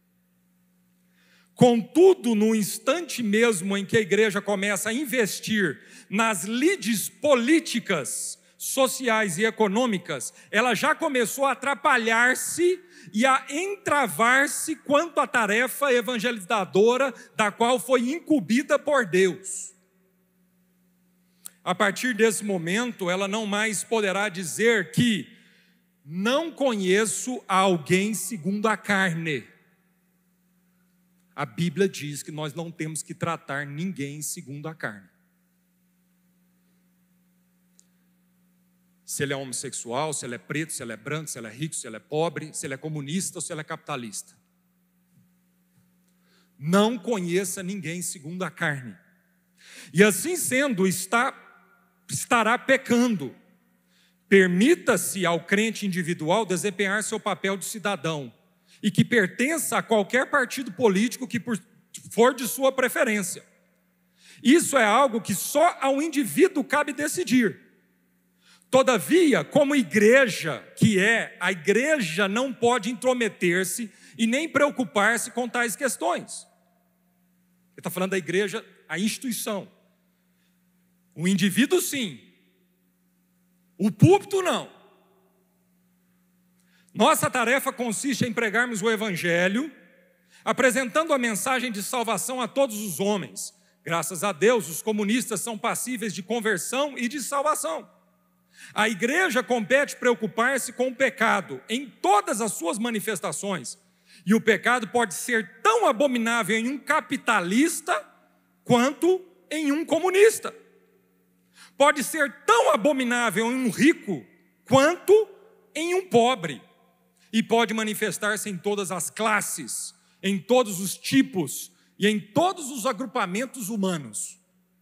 Contudo, no instante mesmo em que a igreja começa a investir nas lides políticas, sociais e econômicas, ela já começou a atrapalhar-se e a entravar-se quanto à tarefa evangelizadora da qual foi incumbida por Deus. A partir desse momento, ela não mais poderá dizer que não conheço alguém segundo a carne. A Bíblia diz que nós não temos que tratar ninguém segundo a carne. Se ele é homossexual, se ele é preto, se ele é branco, se ele é rico, se ele é pobre, se ele é comunista ou se ele é capitalista. Não conheça ninguém segundo a carne. E assim sendo, estará pecando. Permita-se ao crente individual desempenhar seu papel de cidadão e que pertença a qualquer partido político que for de sua preferência. Isso é algo que só ao indivíduo cabe decidir. Todavia, como igreja que é, a igreja não pode intrometer-se e nem preocupar-se com tais questões. Ele está falando da igreja, a instituição. O indivíduo sim, o púlpito não. Nossa tarefa consiste em pregarmos o Evangelho, apresentando a mensagem de salvação a todos os homens. Graças a Deus, os comunistas são passíveis de conversão e de salvação. A igreja compete preocupar-se com o pecado em todas as suas manifestações. E o pecado pode ser tão abominável em um capitalista quanto em um comunista. Pode ser tão abominável em um rico quanto em um pobre. E pode manifestar-se em todas as classes, em todos os tipos e em todos os agrupamentos humanos.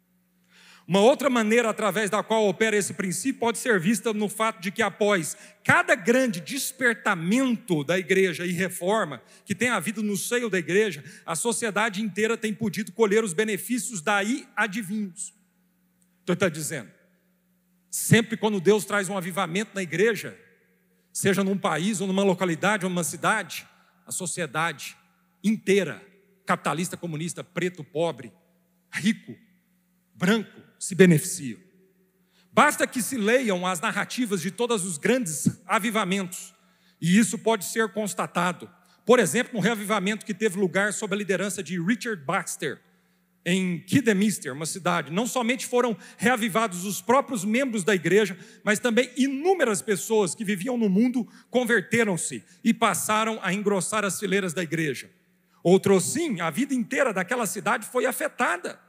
Uma outra maneira através da qual opera esse princípio pode ser vista no fato de que após cada grande despertamento da igreja e reforma que tem havido no seio da igreja, a sociedade inteira tem podido colher os benefícios daí advindos. Então está dizendo, sempre quando Deus traz um avivamento na igreja, seja num país ou numa localidade ou numa cidade, a sociedade inteira, capitalista, comunista, preto, pobre, rico, branco, se beneficiam. Basta que se leiam as narrativas de todos os grandes avivamentos, e isso pode ser constatado. Por exemplo, no reavivamento que teve lugar sob a liderança de Richard Baxter, em Kidderminster, uma cidade, não somente foram reavivados os próprios membros da igreja, mas também inúmeras pessoas que viviam no mundo converteram-se e passaram a engrossar as fileiras da igreja. Outrosim, a vida inteira daquela cidade foi afetada.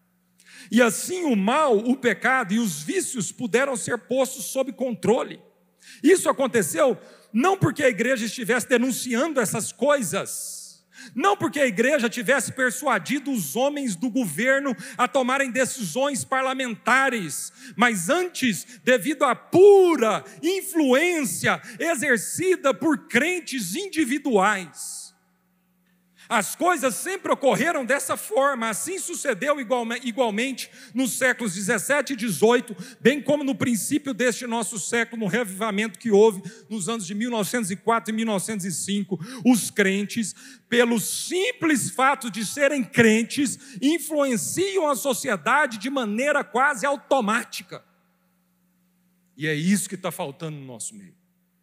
E assim o mal, o pecado e os vícios puderam ser postos sob controle. Isso aconteceu não porque a igreja estivesse denunciando essas coisas, não porque a igreja tivesse persuadido os homens do governo a tomarem decisões parlamentares, mas antes, devido à pura influência exercida por crentes individuais. As coisas sempre ocorreram dessa forma, assim sucedeu igualmente nos séculos 17 e 18, bem como no princípio deste nosso século, no reavivamento que houve nos anos de 1904 e 1905. Os crentes, pelo simples fato de serem crentes, influenciam a sociedade de maneira quase automática. E é isso que está faltando no nosso meio.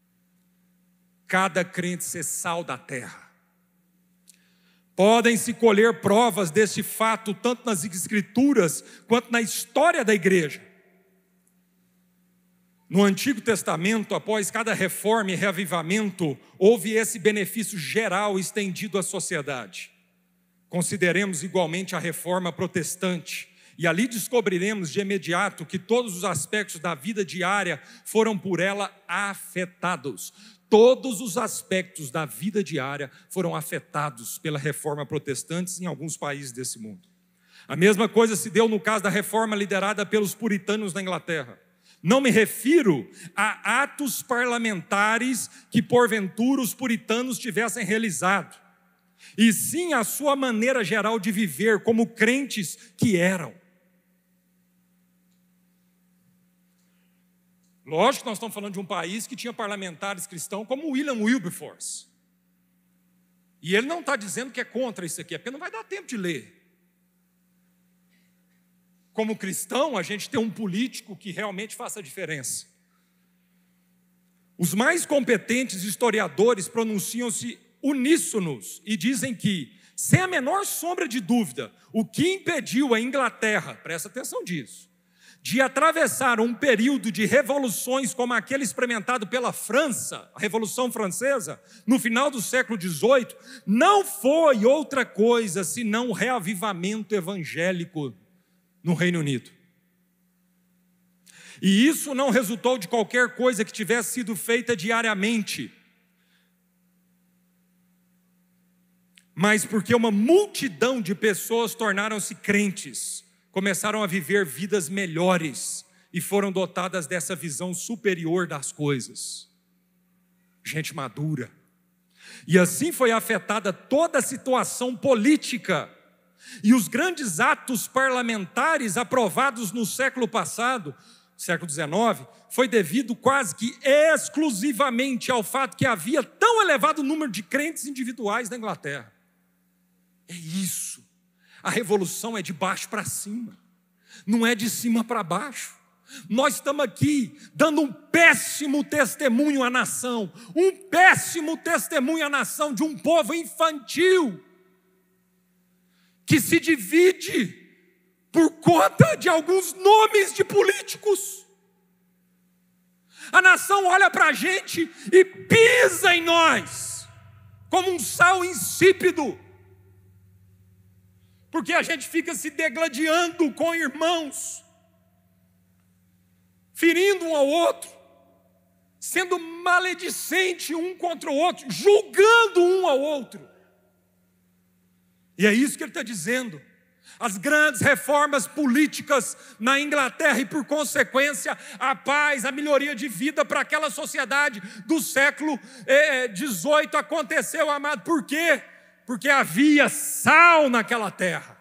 Cada crente ser sal da terra. Podem-se colher provas deste fato tanto nas Escrituras quanto na história da igreja. No Antigo Testamento, após cada reforma e reavivamento, houve esse benefício geral estendido à sociedade. Consideremos igualmente a reforma protestante, e ali descobriremos de imediato que todos os aspectos da vida diária foram por ela afetados. Todos os aspectos da vida diária foram afetados pela reforma protestante em alguns países desse mundo. A mesma coisa se deu no caso da reforma liderada pelos puritanos na Inglaterra. Não me refiro a atos parlamentares que porventura os puritanos tivessem realizado, e sim a sua maneira geral de viver como crentes que eram. Lógico que nós estamos falando de um país que tinha parlamentares cristãos como William Wilberforce. E ele não está dizendo que é contra isso aqui, é porque não vai dar tempo de ler. Como cristão, a gente tem um político que realmente faça a diferença. Os mais competentes historiadores pronunciam-se uníssonos e dizem que, sem a menor sombra de dúvida, o que impediu a Inglaterra, presta atenção nisso, de atravessar um período de revoluções como aquele experimentado pela França, a Revolução Francesa, no final do século XVIII, não foi outra coisa senão o reavivamento evangélico no Reino Unido. E isso não resultou de qualquer coisa que tivesse sido feita diariamente, mas porque uma multidão de pessoas tornaram-se crentes, começaram a viver vidas melhores e foram dotadas dessa visão superior das coisas. Gente madura. E assim foi afetada toda a situação política. E os grandes atos parlamentares aprovados no século passado, século XIX, foi devido quase que exclusivamente ao fato que havia tão elevado número de crentes individuais na Inglaterra. É isso. A revolução é de baixo para cima. não é de cima para baixo. Nós estamos aqui dando um péssimo testemunho à nação, de um povo infantil, que se divide por conta de alguns nomes de políticos. A nação olha para a gente e pisa em nós, como um sal insípido, porque a gente fica se degladiando com irmãos, ferindo um ao outro, sendo maledicente um contra o outro, julgando um ao outro. E é isso que ele está dizendo. As grandes reformas políticas na Inglaterra e, por consequência, a paz, a melhoria de vida para aquela sociedade do século XVIII aconteceu, amado. Por quê? Porque havia sal naquela terra.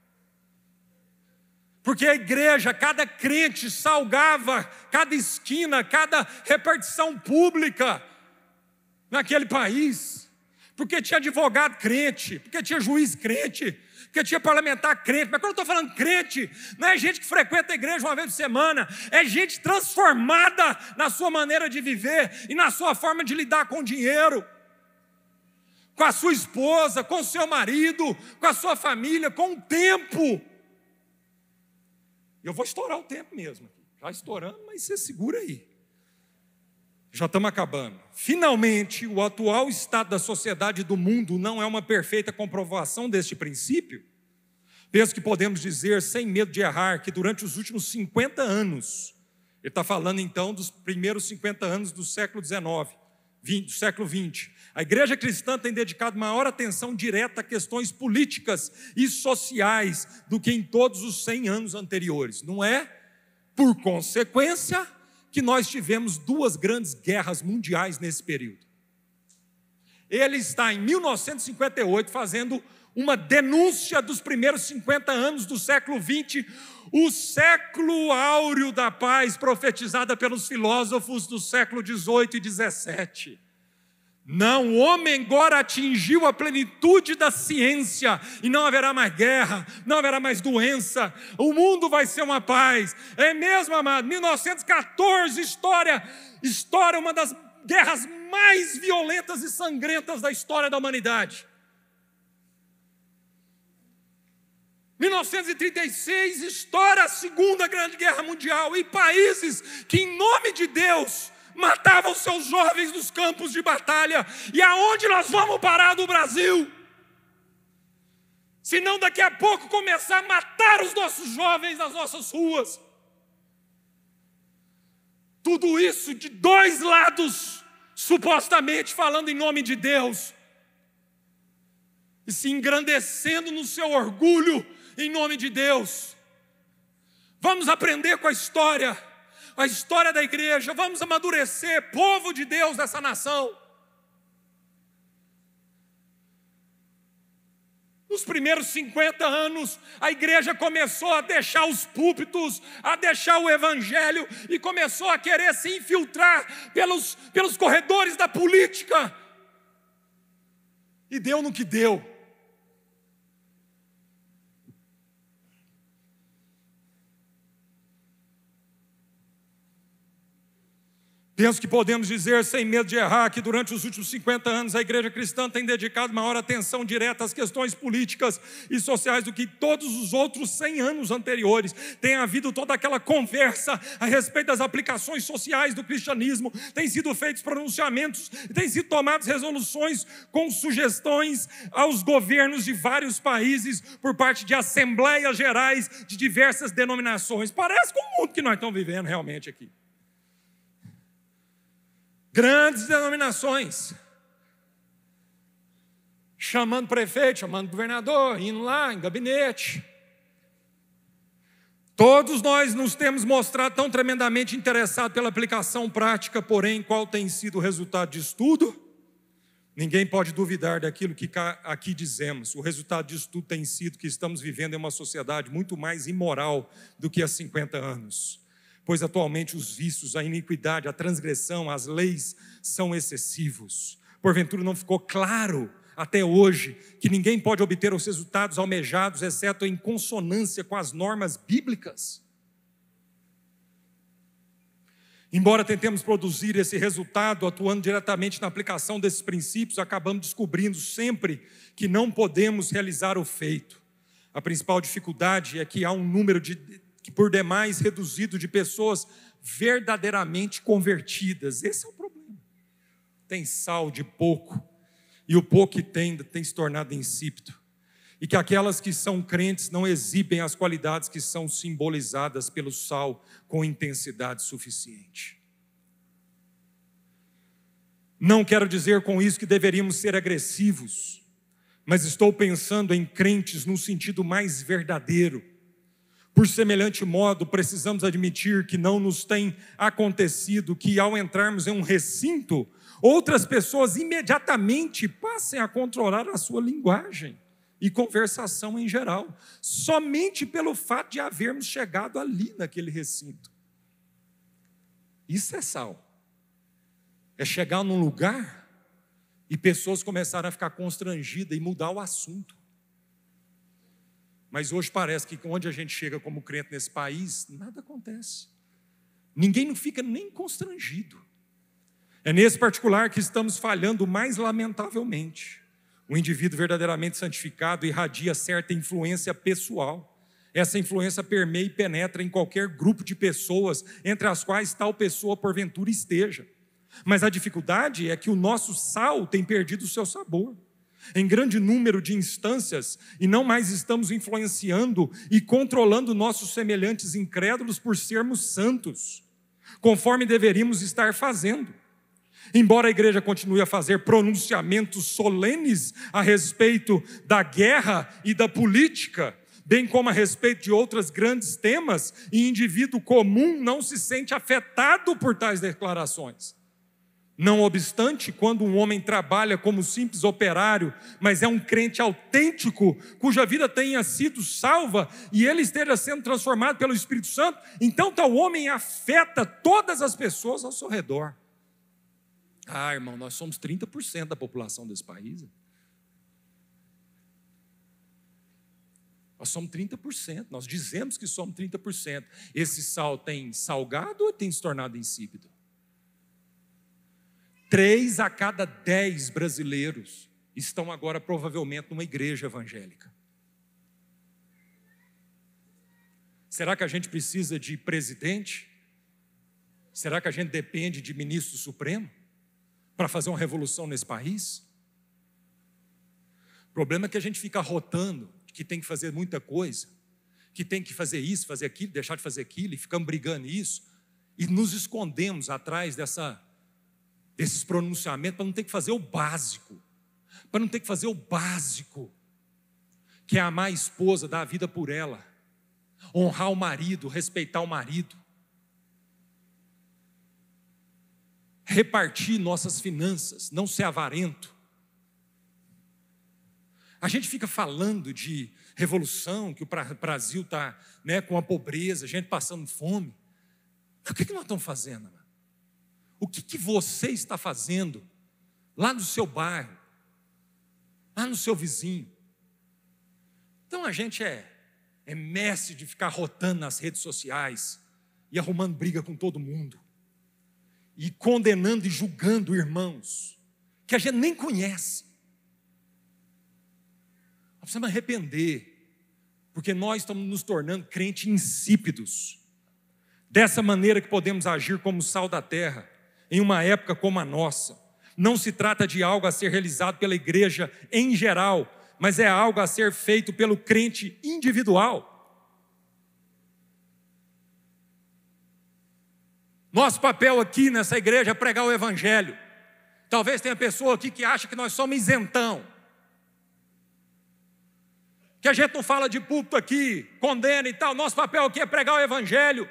Porque a igreja, cada crente salgava cada esquina, cada repartição pública naquele país. Porque tinha advogado crente, porque tinha juiz crente, porque tinha parlamentar crente. Mas quando eu estou falando crente, não é gente que frequenta a igreja uma vez por semana, é gente transformada na sua maneira de viver e na sua forma de lidar com o dinheiro, com a sua esposa, com o seu marido, com a sua família, com o tempo. Eu vou estourar o tempo mesmo. Já estourando, mas você segura aí. Já estamos acabando. Finalmente, o atual estado da sociedade e do mundo não é uma perfeita comprovação deste princípio. Penso que podemos dizer, sem medo de errar, que durante os últimos 50 anos, ele está falando então dos primeiros 50 anos do século XIX, do século XX, a igreja cristã tem dedicado maior atenção direta a questões políticas e sociais do que em todos os 100 anos anteriores. Não é, por consequência, que nós tivemos 2 grandes guerras mundiais nesse período. Ele está em 1958 fazendo uma denúncia dos primeiros 50 anos do século XX, o século áureo da paz profetizada pelos filósofos do século XVIII e XVII. Não, o homem agora atingiu a plenitude da ciência e não haverá mais guerra, não haverá mais doença, o mundo vai ser uma paz. É mesmo, amado, 1914, história uma das guerras mais violentas e sangrentas da história da humanidade. 1936, estoura a Segunda Grande Guerra Mundial e países que, em nome de Deus, matavam seus jovens nos campos de batalha. E aonde nós vamos parar do Brasil? Se não daqui a pouco começar a matar os nossos jovens nas nossas ruas. Tudo isso de 2 lados, supostamente falando em nome de Deus, e se engrandecendo no seu orgulho em nome de Deus. Vamos aprender com a história da igreja, vamos amadurecer, povo de Deus dessa nação. Nos primeiros 50 anos, a igreja começou a deixar os púlpitos, a deixar o evangelho e começou a querer se infiltrar pelos corredores da política. E deu no que deu. Penso que podemos dizer, sem medo de errar, que durante os últimos 50 anos a igreja cristã tem dedicado maior atenção direta às questões políticas e sociais do que todos os outros 100 anos anteriores. Tem havido toda aquela conversa a respeito das aplicações sociais do cristianismo, tem sido feitos pronunciamentos, tem sido tomadas resoluções com sugestões aos governos de vários países por parte de assembleias gerais de diversas denominações. Parece com o mundo que nós estamos vivendo realmente aqui. Grandes denominações, chamando prefeito, chamando governador, indo lá em gabinete. Todos nós nos temos mostrado tão tremendamente interessados pela aplicação prática, porém, qual tem sido o resultado disso tudo? Ninguém pode duvidar daquilo que aqui dizemos. O resultado disso tudo tem sido que estamos vivendo em uma sociedade muito mais imoral do que há 50 anos. Pois atualmente os vícios, a iniquidade, a transgressão, as leis são excessivos. Porventura não ficou claro até hoje, que ninguém pode obter os resultados almejados, exceto em consonância com as normas bíblicas. Embora tentemos produzir esse resultado atuando diretamente na aplicação desses princípios, acabamos descobrindo sempre que não podemos realizar o feito. A principal dificuldade é que há um número por demais reduzido de pessoas verdadeiramente convertidas. Esse é o problema. Tem sal de pouco, e o pouco que tem se tornado insípido. E que aquelas que são crentes não exibem as qualidades que são simbolizadas pelo sal com intensidade suficiente. Não quero dizer com isso que deveríamos ser agressivos, mas estou pensando em crentes no sentido mais verdadeiro. Por semelhante modo, precisamos admitir que não nos tem acontecido que, ao entrarmos em um recinto, outras pessoas imediatamente passem a controlar a sua linguagem e conversação em geral, somente pelo fato de havermos chegado ali naquele recinto. Isso é sal. É chegar num lugar e pessoas começaram a ficar constrangidas e mudar o assunto. Mas hoje parece que onde a gente chega como crente nesse país, nada acontece. Ninguém não fica nem constrangido. É nesse particular que estamos falhando mais lamentavelmente. O indivíduo verdadeiramente santificado irradia certa influência pessoal. Essa influência permeia e penetra em qualquer grupo de pessoas, entre as quais tal pessoa porventura esteja. Mas a dificuldade é que o nosso sal tem perdido o seu sabor. Em grande número de instâncias, e não mais estamos influenciando e controlando nossos semelhantes incrédulos por sermos santos, conforme deveríamos estar fazendo. Embora a igreja continue a fazer pronunciamentos solenes a respeito da guerra e da política, bem como a respeito de outros grandes temas, e indivíduo comum não se sente afetado por tais declarações. Não obstante, quando um homem trabalha como simples operário, mas é um crente autêntico, cuja vida tenha sido salva e ele esteja sendo transformado pelo Espírito Santo, então tal homem afeta todas as pessoas ao seu redor. Ah, irmão, nós somos 30% da população desse país. Nós somos 30%, nós dizemos que somos 30%. Esse sal tem salgado ou tem se tornado insípido? 3 a cada 10 brasileiros estão agora provavelmente numa igreja evangélica. Será que a gente precisa de presidente? Será que a gente depende de ministro supremo para fazer uma revolução nesse país? O problema é que a gente fica rotando, que tem que fazer muita coisa, que tem que fazer isso, fazer aquilo, deixar de fazer aquilo, e ficamos brigando isso, e nos escondemos atrás desses pronunciamentos para não ter que fazer o básico, que é amar a esposa, dar a vida por ela, honrar o marido, respeitar o marido, repartir nossas finanças, não ser avarento. A gente fica falando de revolução, que o Brasil está com a pobreza, gente passando fome. O que nós estamos fazendo? O que você está fazendo lá no seu bairro, lá no seu vizinho? Então a gente é mestre de ficar rotando nas redes sociais e arrumando briga com todo mundo, e condenando e julgando irmãos que a gente nem conhece. Nós precisamos arrepender, porque nós estamos nos tornando crentes insípidos. Dessa maneira que podemos agir como sal da terra, em uma época como a nossa. Não se trata de algo a ser realizado pela igreja em geral, mas é algo a ser feito pelo crente individual. Nosso papel aqui nessa igreja é pregar o evangelho. Talvez tenha pessoa aqui que acha que nós somos isentão, que a gente não fala de púlpito aqui, condena e tal. Nosso papel aqui é pregar o evangelho,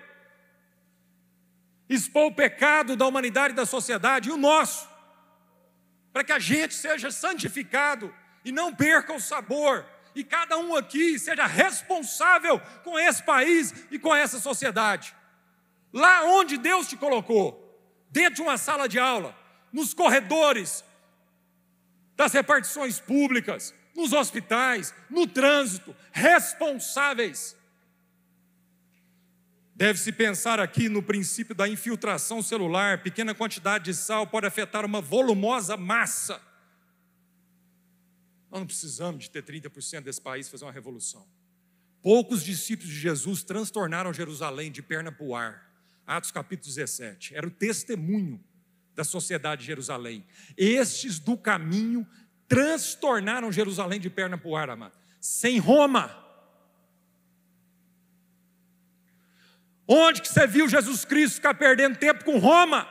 expor o pecado da humanidade e da sociedade, e o nosso, para que a gente seja santificado e não perca o sabor, e cada um aqui seja responsável com esse país e com essa sociedade. Lá onde Deus te colocou, dentro de uma sala de aula, nos corredores das repartições públicas, nos hospitais, no trânsito, responsáveis. Deve-se pensar aqui no princípio da infiltração celular. Pequena quantidade de sal pode afetar uma volumosa massa. Nós não precisamos de ter 30% desse país fazer uma revolução. Poucos discípulos de Jesus transtornaram Jerusalém de perna para o ar. Atos capítulo 17. Era o testemunho da sociedade de Jerusalém. Estes do caminho transtornaram Jerusalém de perna para o ar, amado. Sem Roma. Onde que você viu Jesus Cristo ficar perdendo tempo com Roma?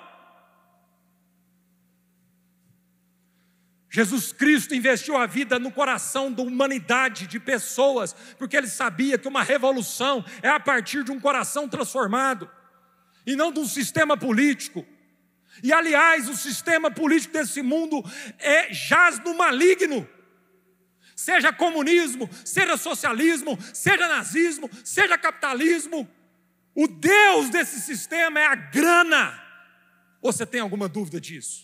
Jesus Cristo investiu a vida no coração da humanidade, de pessoas, porque Ele sabia que uma revolução é a partir de um coração transformado, e não de um sistema político. E aliás, o sistema político desse mundo jaz no maligno. Seja comunismo, seja socialismo, seja nazismo, seja capitalismo. O Deus desse sistema é a grana. Ou você tem alguma dúvida disso?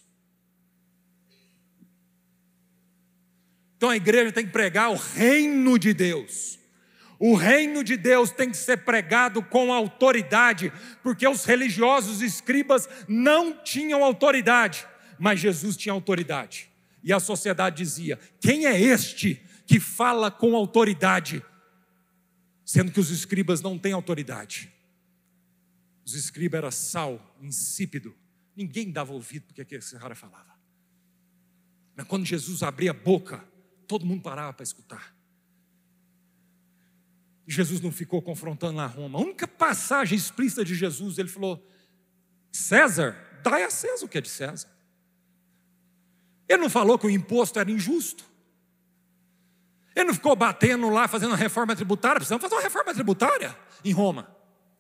Então a igreja tem que pregar o reino de Deus. O reino de Deus tem que ser pregado com autoridade, porque os religiosos escribas não tinham autoridade, mas Jesus tinha autoridade. E a sociedade dizia: quem é este que fala com autoridade? Sendo que os escribas não têm autoridade. Os escribas eram sal, insípido. Ninguém dava ouvido porque que esse cara falava. Mas quando Jesus abria a boca, todo mundo parava para escutar. Jesus não ficou confrontando lá Roma. A única passagem explícita de Jesus, ele falou: César, dai a César o que é de César. Ele não falou que o imposto era injusto. Ele não ficou batendo lá, fazendo uma reforma tributária. Precisamos fazer uma reforma tributária em Roma.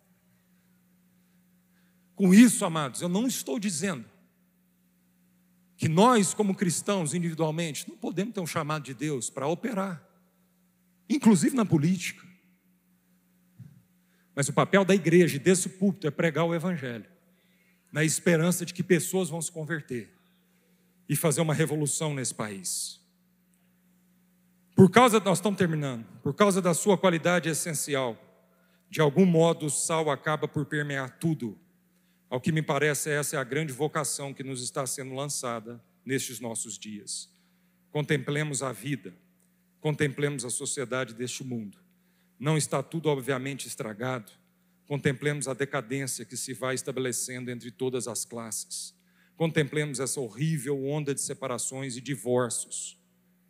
Com isso, amados, eu não estou dizendo que nós, como cristãos, individualmente, não podemos ter um chamado de Deus para operar, inclusive na política. Mas o papel da igreja e desse púlpito é pregar o evangelho, na esperança de que pessoas vão se converter e fazer uma revolução nesse país. Nós estamos terminando, por causa da sua qualidade essencial, de algum modo o sal acaba por permear tudo. Ao que me parece, essa é a grande vocação que nos está sendo lançada nestes nossos dias. Contemplemos a vida, contemplemos a sociedade deste mundo. Não está tudo obviamente estragado. Contemplemos a decadência que se vai estabelecendo entre todas as classes. Contemplemos essa horrível onda de separações e divórcios.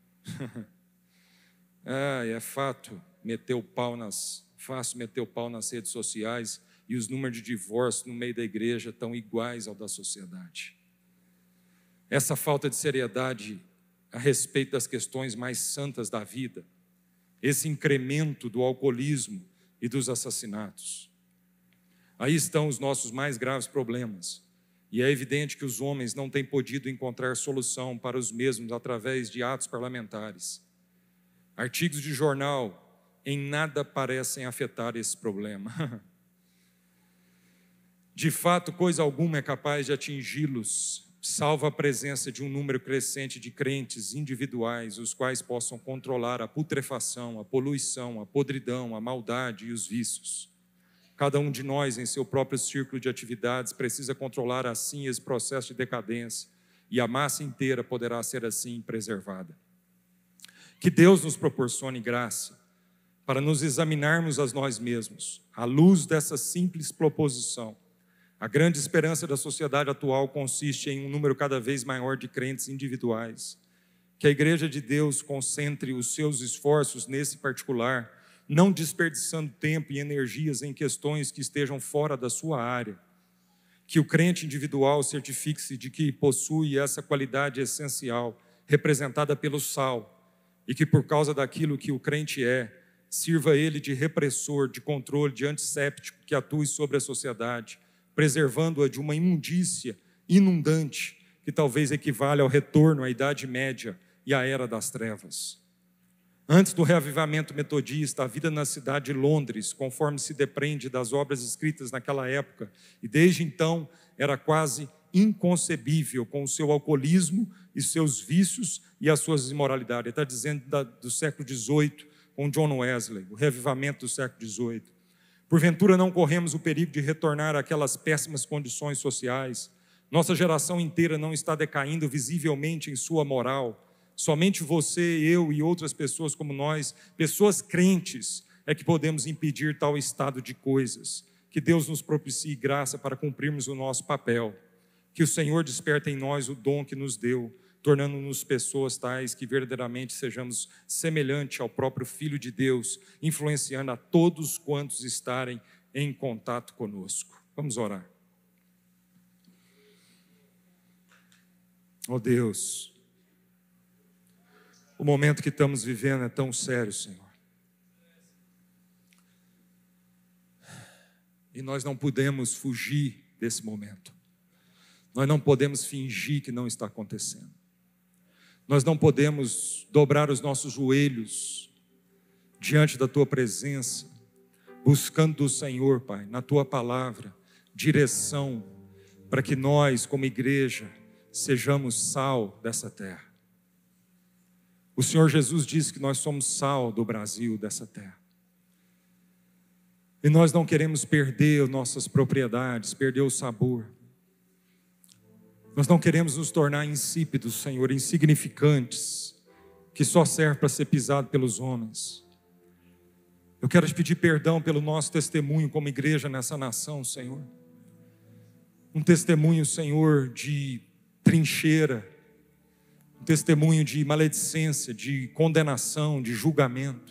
É fácil meter o pau nas redes sociais, e os números de divórcio no meio da igreja estão iguais ao da sociedade. Essa falta de seriedade a respeito das questões mais santas da vida, esse incremento do alcoolismo e dos assassinatos. Aí estão os nossos mais graves problemas, e é evidente que os homens não têm podido encontrar solução para os mesmos através de atos parlamentares. Artigos de jornal em nada parecem afetar esse problema. De fato, coisa alguma é capaz de atingi-los, salvo a presença de um número crescente de crentes individuais, os quais possam controlar a putrefação, a poluição, a podridão, a maldade e os vícios. Cada um de nós, em seu próprio círculo de atividades, precisa controlar assim esse processo de decadência, e a massa inteira poderá ser assim preservada. Que Deus nos proporcione graça para nos examinarmos a nós mesmos, à luz dessa simples proposição. A grande esperança da sociedade atual consiste em um número cada vez maior de crentes individuais. Que a Igreja de Deus concentre os seus esforços nesse particular, não desperdiçando tempo e energias em questões que estejam fora da sua área. Que o crente individual certifique-se de que possui essa qualidade essencial, representada pelo sal, e que por causa daquilo que o crente sirva ele de repressor, de controle, de antisséptico que atue sobre a sociedade, preservando-a de uma imundícia inundante, que talvez equivale ao retorno à Idade Média e à Era das Trevas. Antes do reavivamento metodista, a vida na cidade de Londres, conforme se depreende das obras escritas naquela época, e desde então era quase inconcebível com o seu alcoolismo e seus vícios e as suas imoralidades. Ele está dizendo do século XVIII, com John Wesley, o revivamento do século XVIII. Porventura não corremos o perigo de retornar àquelas péssimas condições sociais. Nossa geração inteira não está decaindo visivelmente em sua moral. Somente você, eu e outras pessoas como nós, pessoas crentes, é que podemos impedir tal estado de coisas. Que Deus nos propicie graça para cumprirmos o nosso papel. Que o Senhor desperte em nós o dom que nos deu, tornando-nos pessoas tais que verdadeiramente sejamos semelhantes ao próprio Filho de Deus, influenciando a todos quantos estarem em contato conosco. Vamos orar. Oh Deus, o momento que estamos vivendo é tão sério, Senhor. E nós não podemos fugir desse momento. Nós não podemos fingir que não está acontecendo. Nós não podemos dobrar os nossos joelhos diante da Tua presença, buscando do Senhor, Pai, na Tua palavra, direção, para que nós, como igreja, sejamos sal dessa terra. O Senhor Jesus disse que nós somos sal do Brasil, dessa terra. E nós não queremos perder nossas propriedades, perder o sabor. Nós não queremos nos tornar insípidos, Senhor, insignificantes, que só servem para ser pisado pelos homens. Eu quero te pedir perdão pelo nosso testemunho como igreja nessa nação, Senhor. Um testemunho, Senhor, de trincheira, um testemunho de maledicência, de condenação, de julgamento.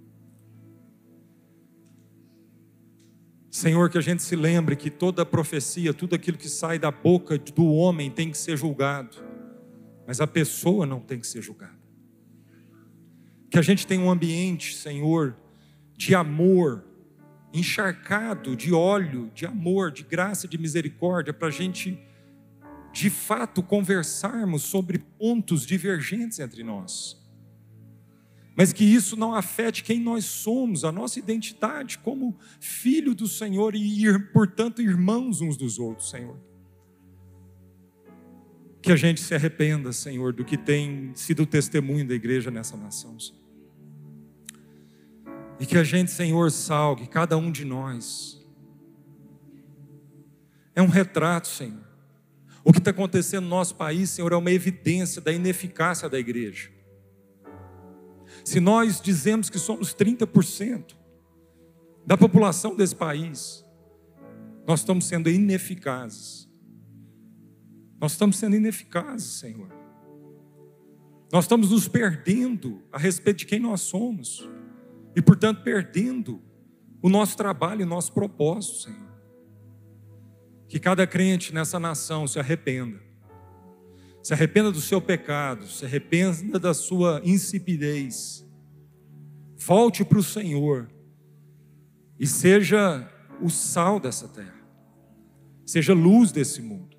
Senhor, que a gente se lembre que toda profecia, tudo aquilo que sai da boca do homem tem que ser julgado, mas a pessoa não tem que ser julgada. Que a gente tenha um ambiente, Senhor, de amor, encharcado de óleo, de amor, de graça, de misericórdia, para a gente, de fato, conversarmos sobre pontos divergentes entre nós. Mas que isso não afete quem nós somos, a nossa identidade como filho do Senhor e, portanto, irmãos uns dos outros, Senhor. Que a gente se arrependa, Senhor, do que tem sido o testemunho da igreja nessa nação, Senhor. E que a gente, Senhor, salgue cada um de nós. É um retrato, Senhor. O que está acontecendo no nosso país, Senhor, é uma evidência da ineficácia da igreja. Se nós dizemos que somos 30% da população desse país, nós estamos sendo ineficazes. Nós estamos sendo ineficazes, Senhor. Nós estamos nos perdendo a respeito de quem nós somos. E, portanto, perdendo o nosso trabalho, o nosso propósito, Senhor. Que cada crente nessa nação se arrependa. Se arrependa do seu pecado, se arrependa da sua insipidez. Volte para o Senhor e seja o sal dessa terra. Seja luz desse mundo.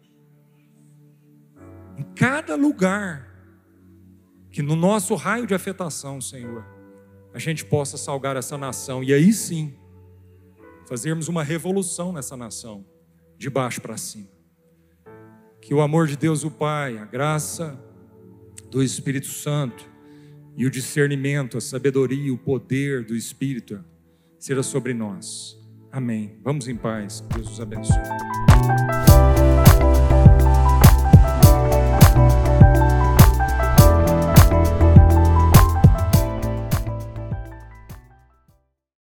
Em cada lugar que no nosso raio de afetação, Senhor, a gente possa salgar essa nação e aí sim fazermos uma revolução nessa nação, de baixo para cima. Que o amor de Deus o Pai, a graça do Espírito Santo e o discernimento, a sabedoria, o poder do Espírito seja sobre nós. Amém. Vamos em paz. Deus os abençoe.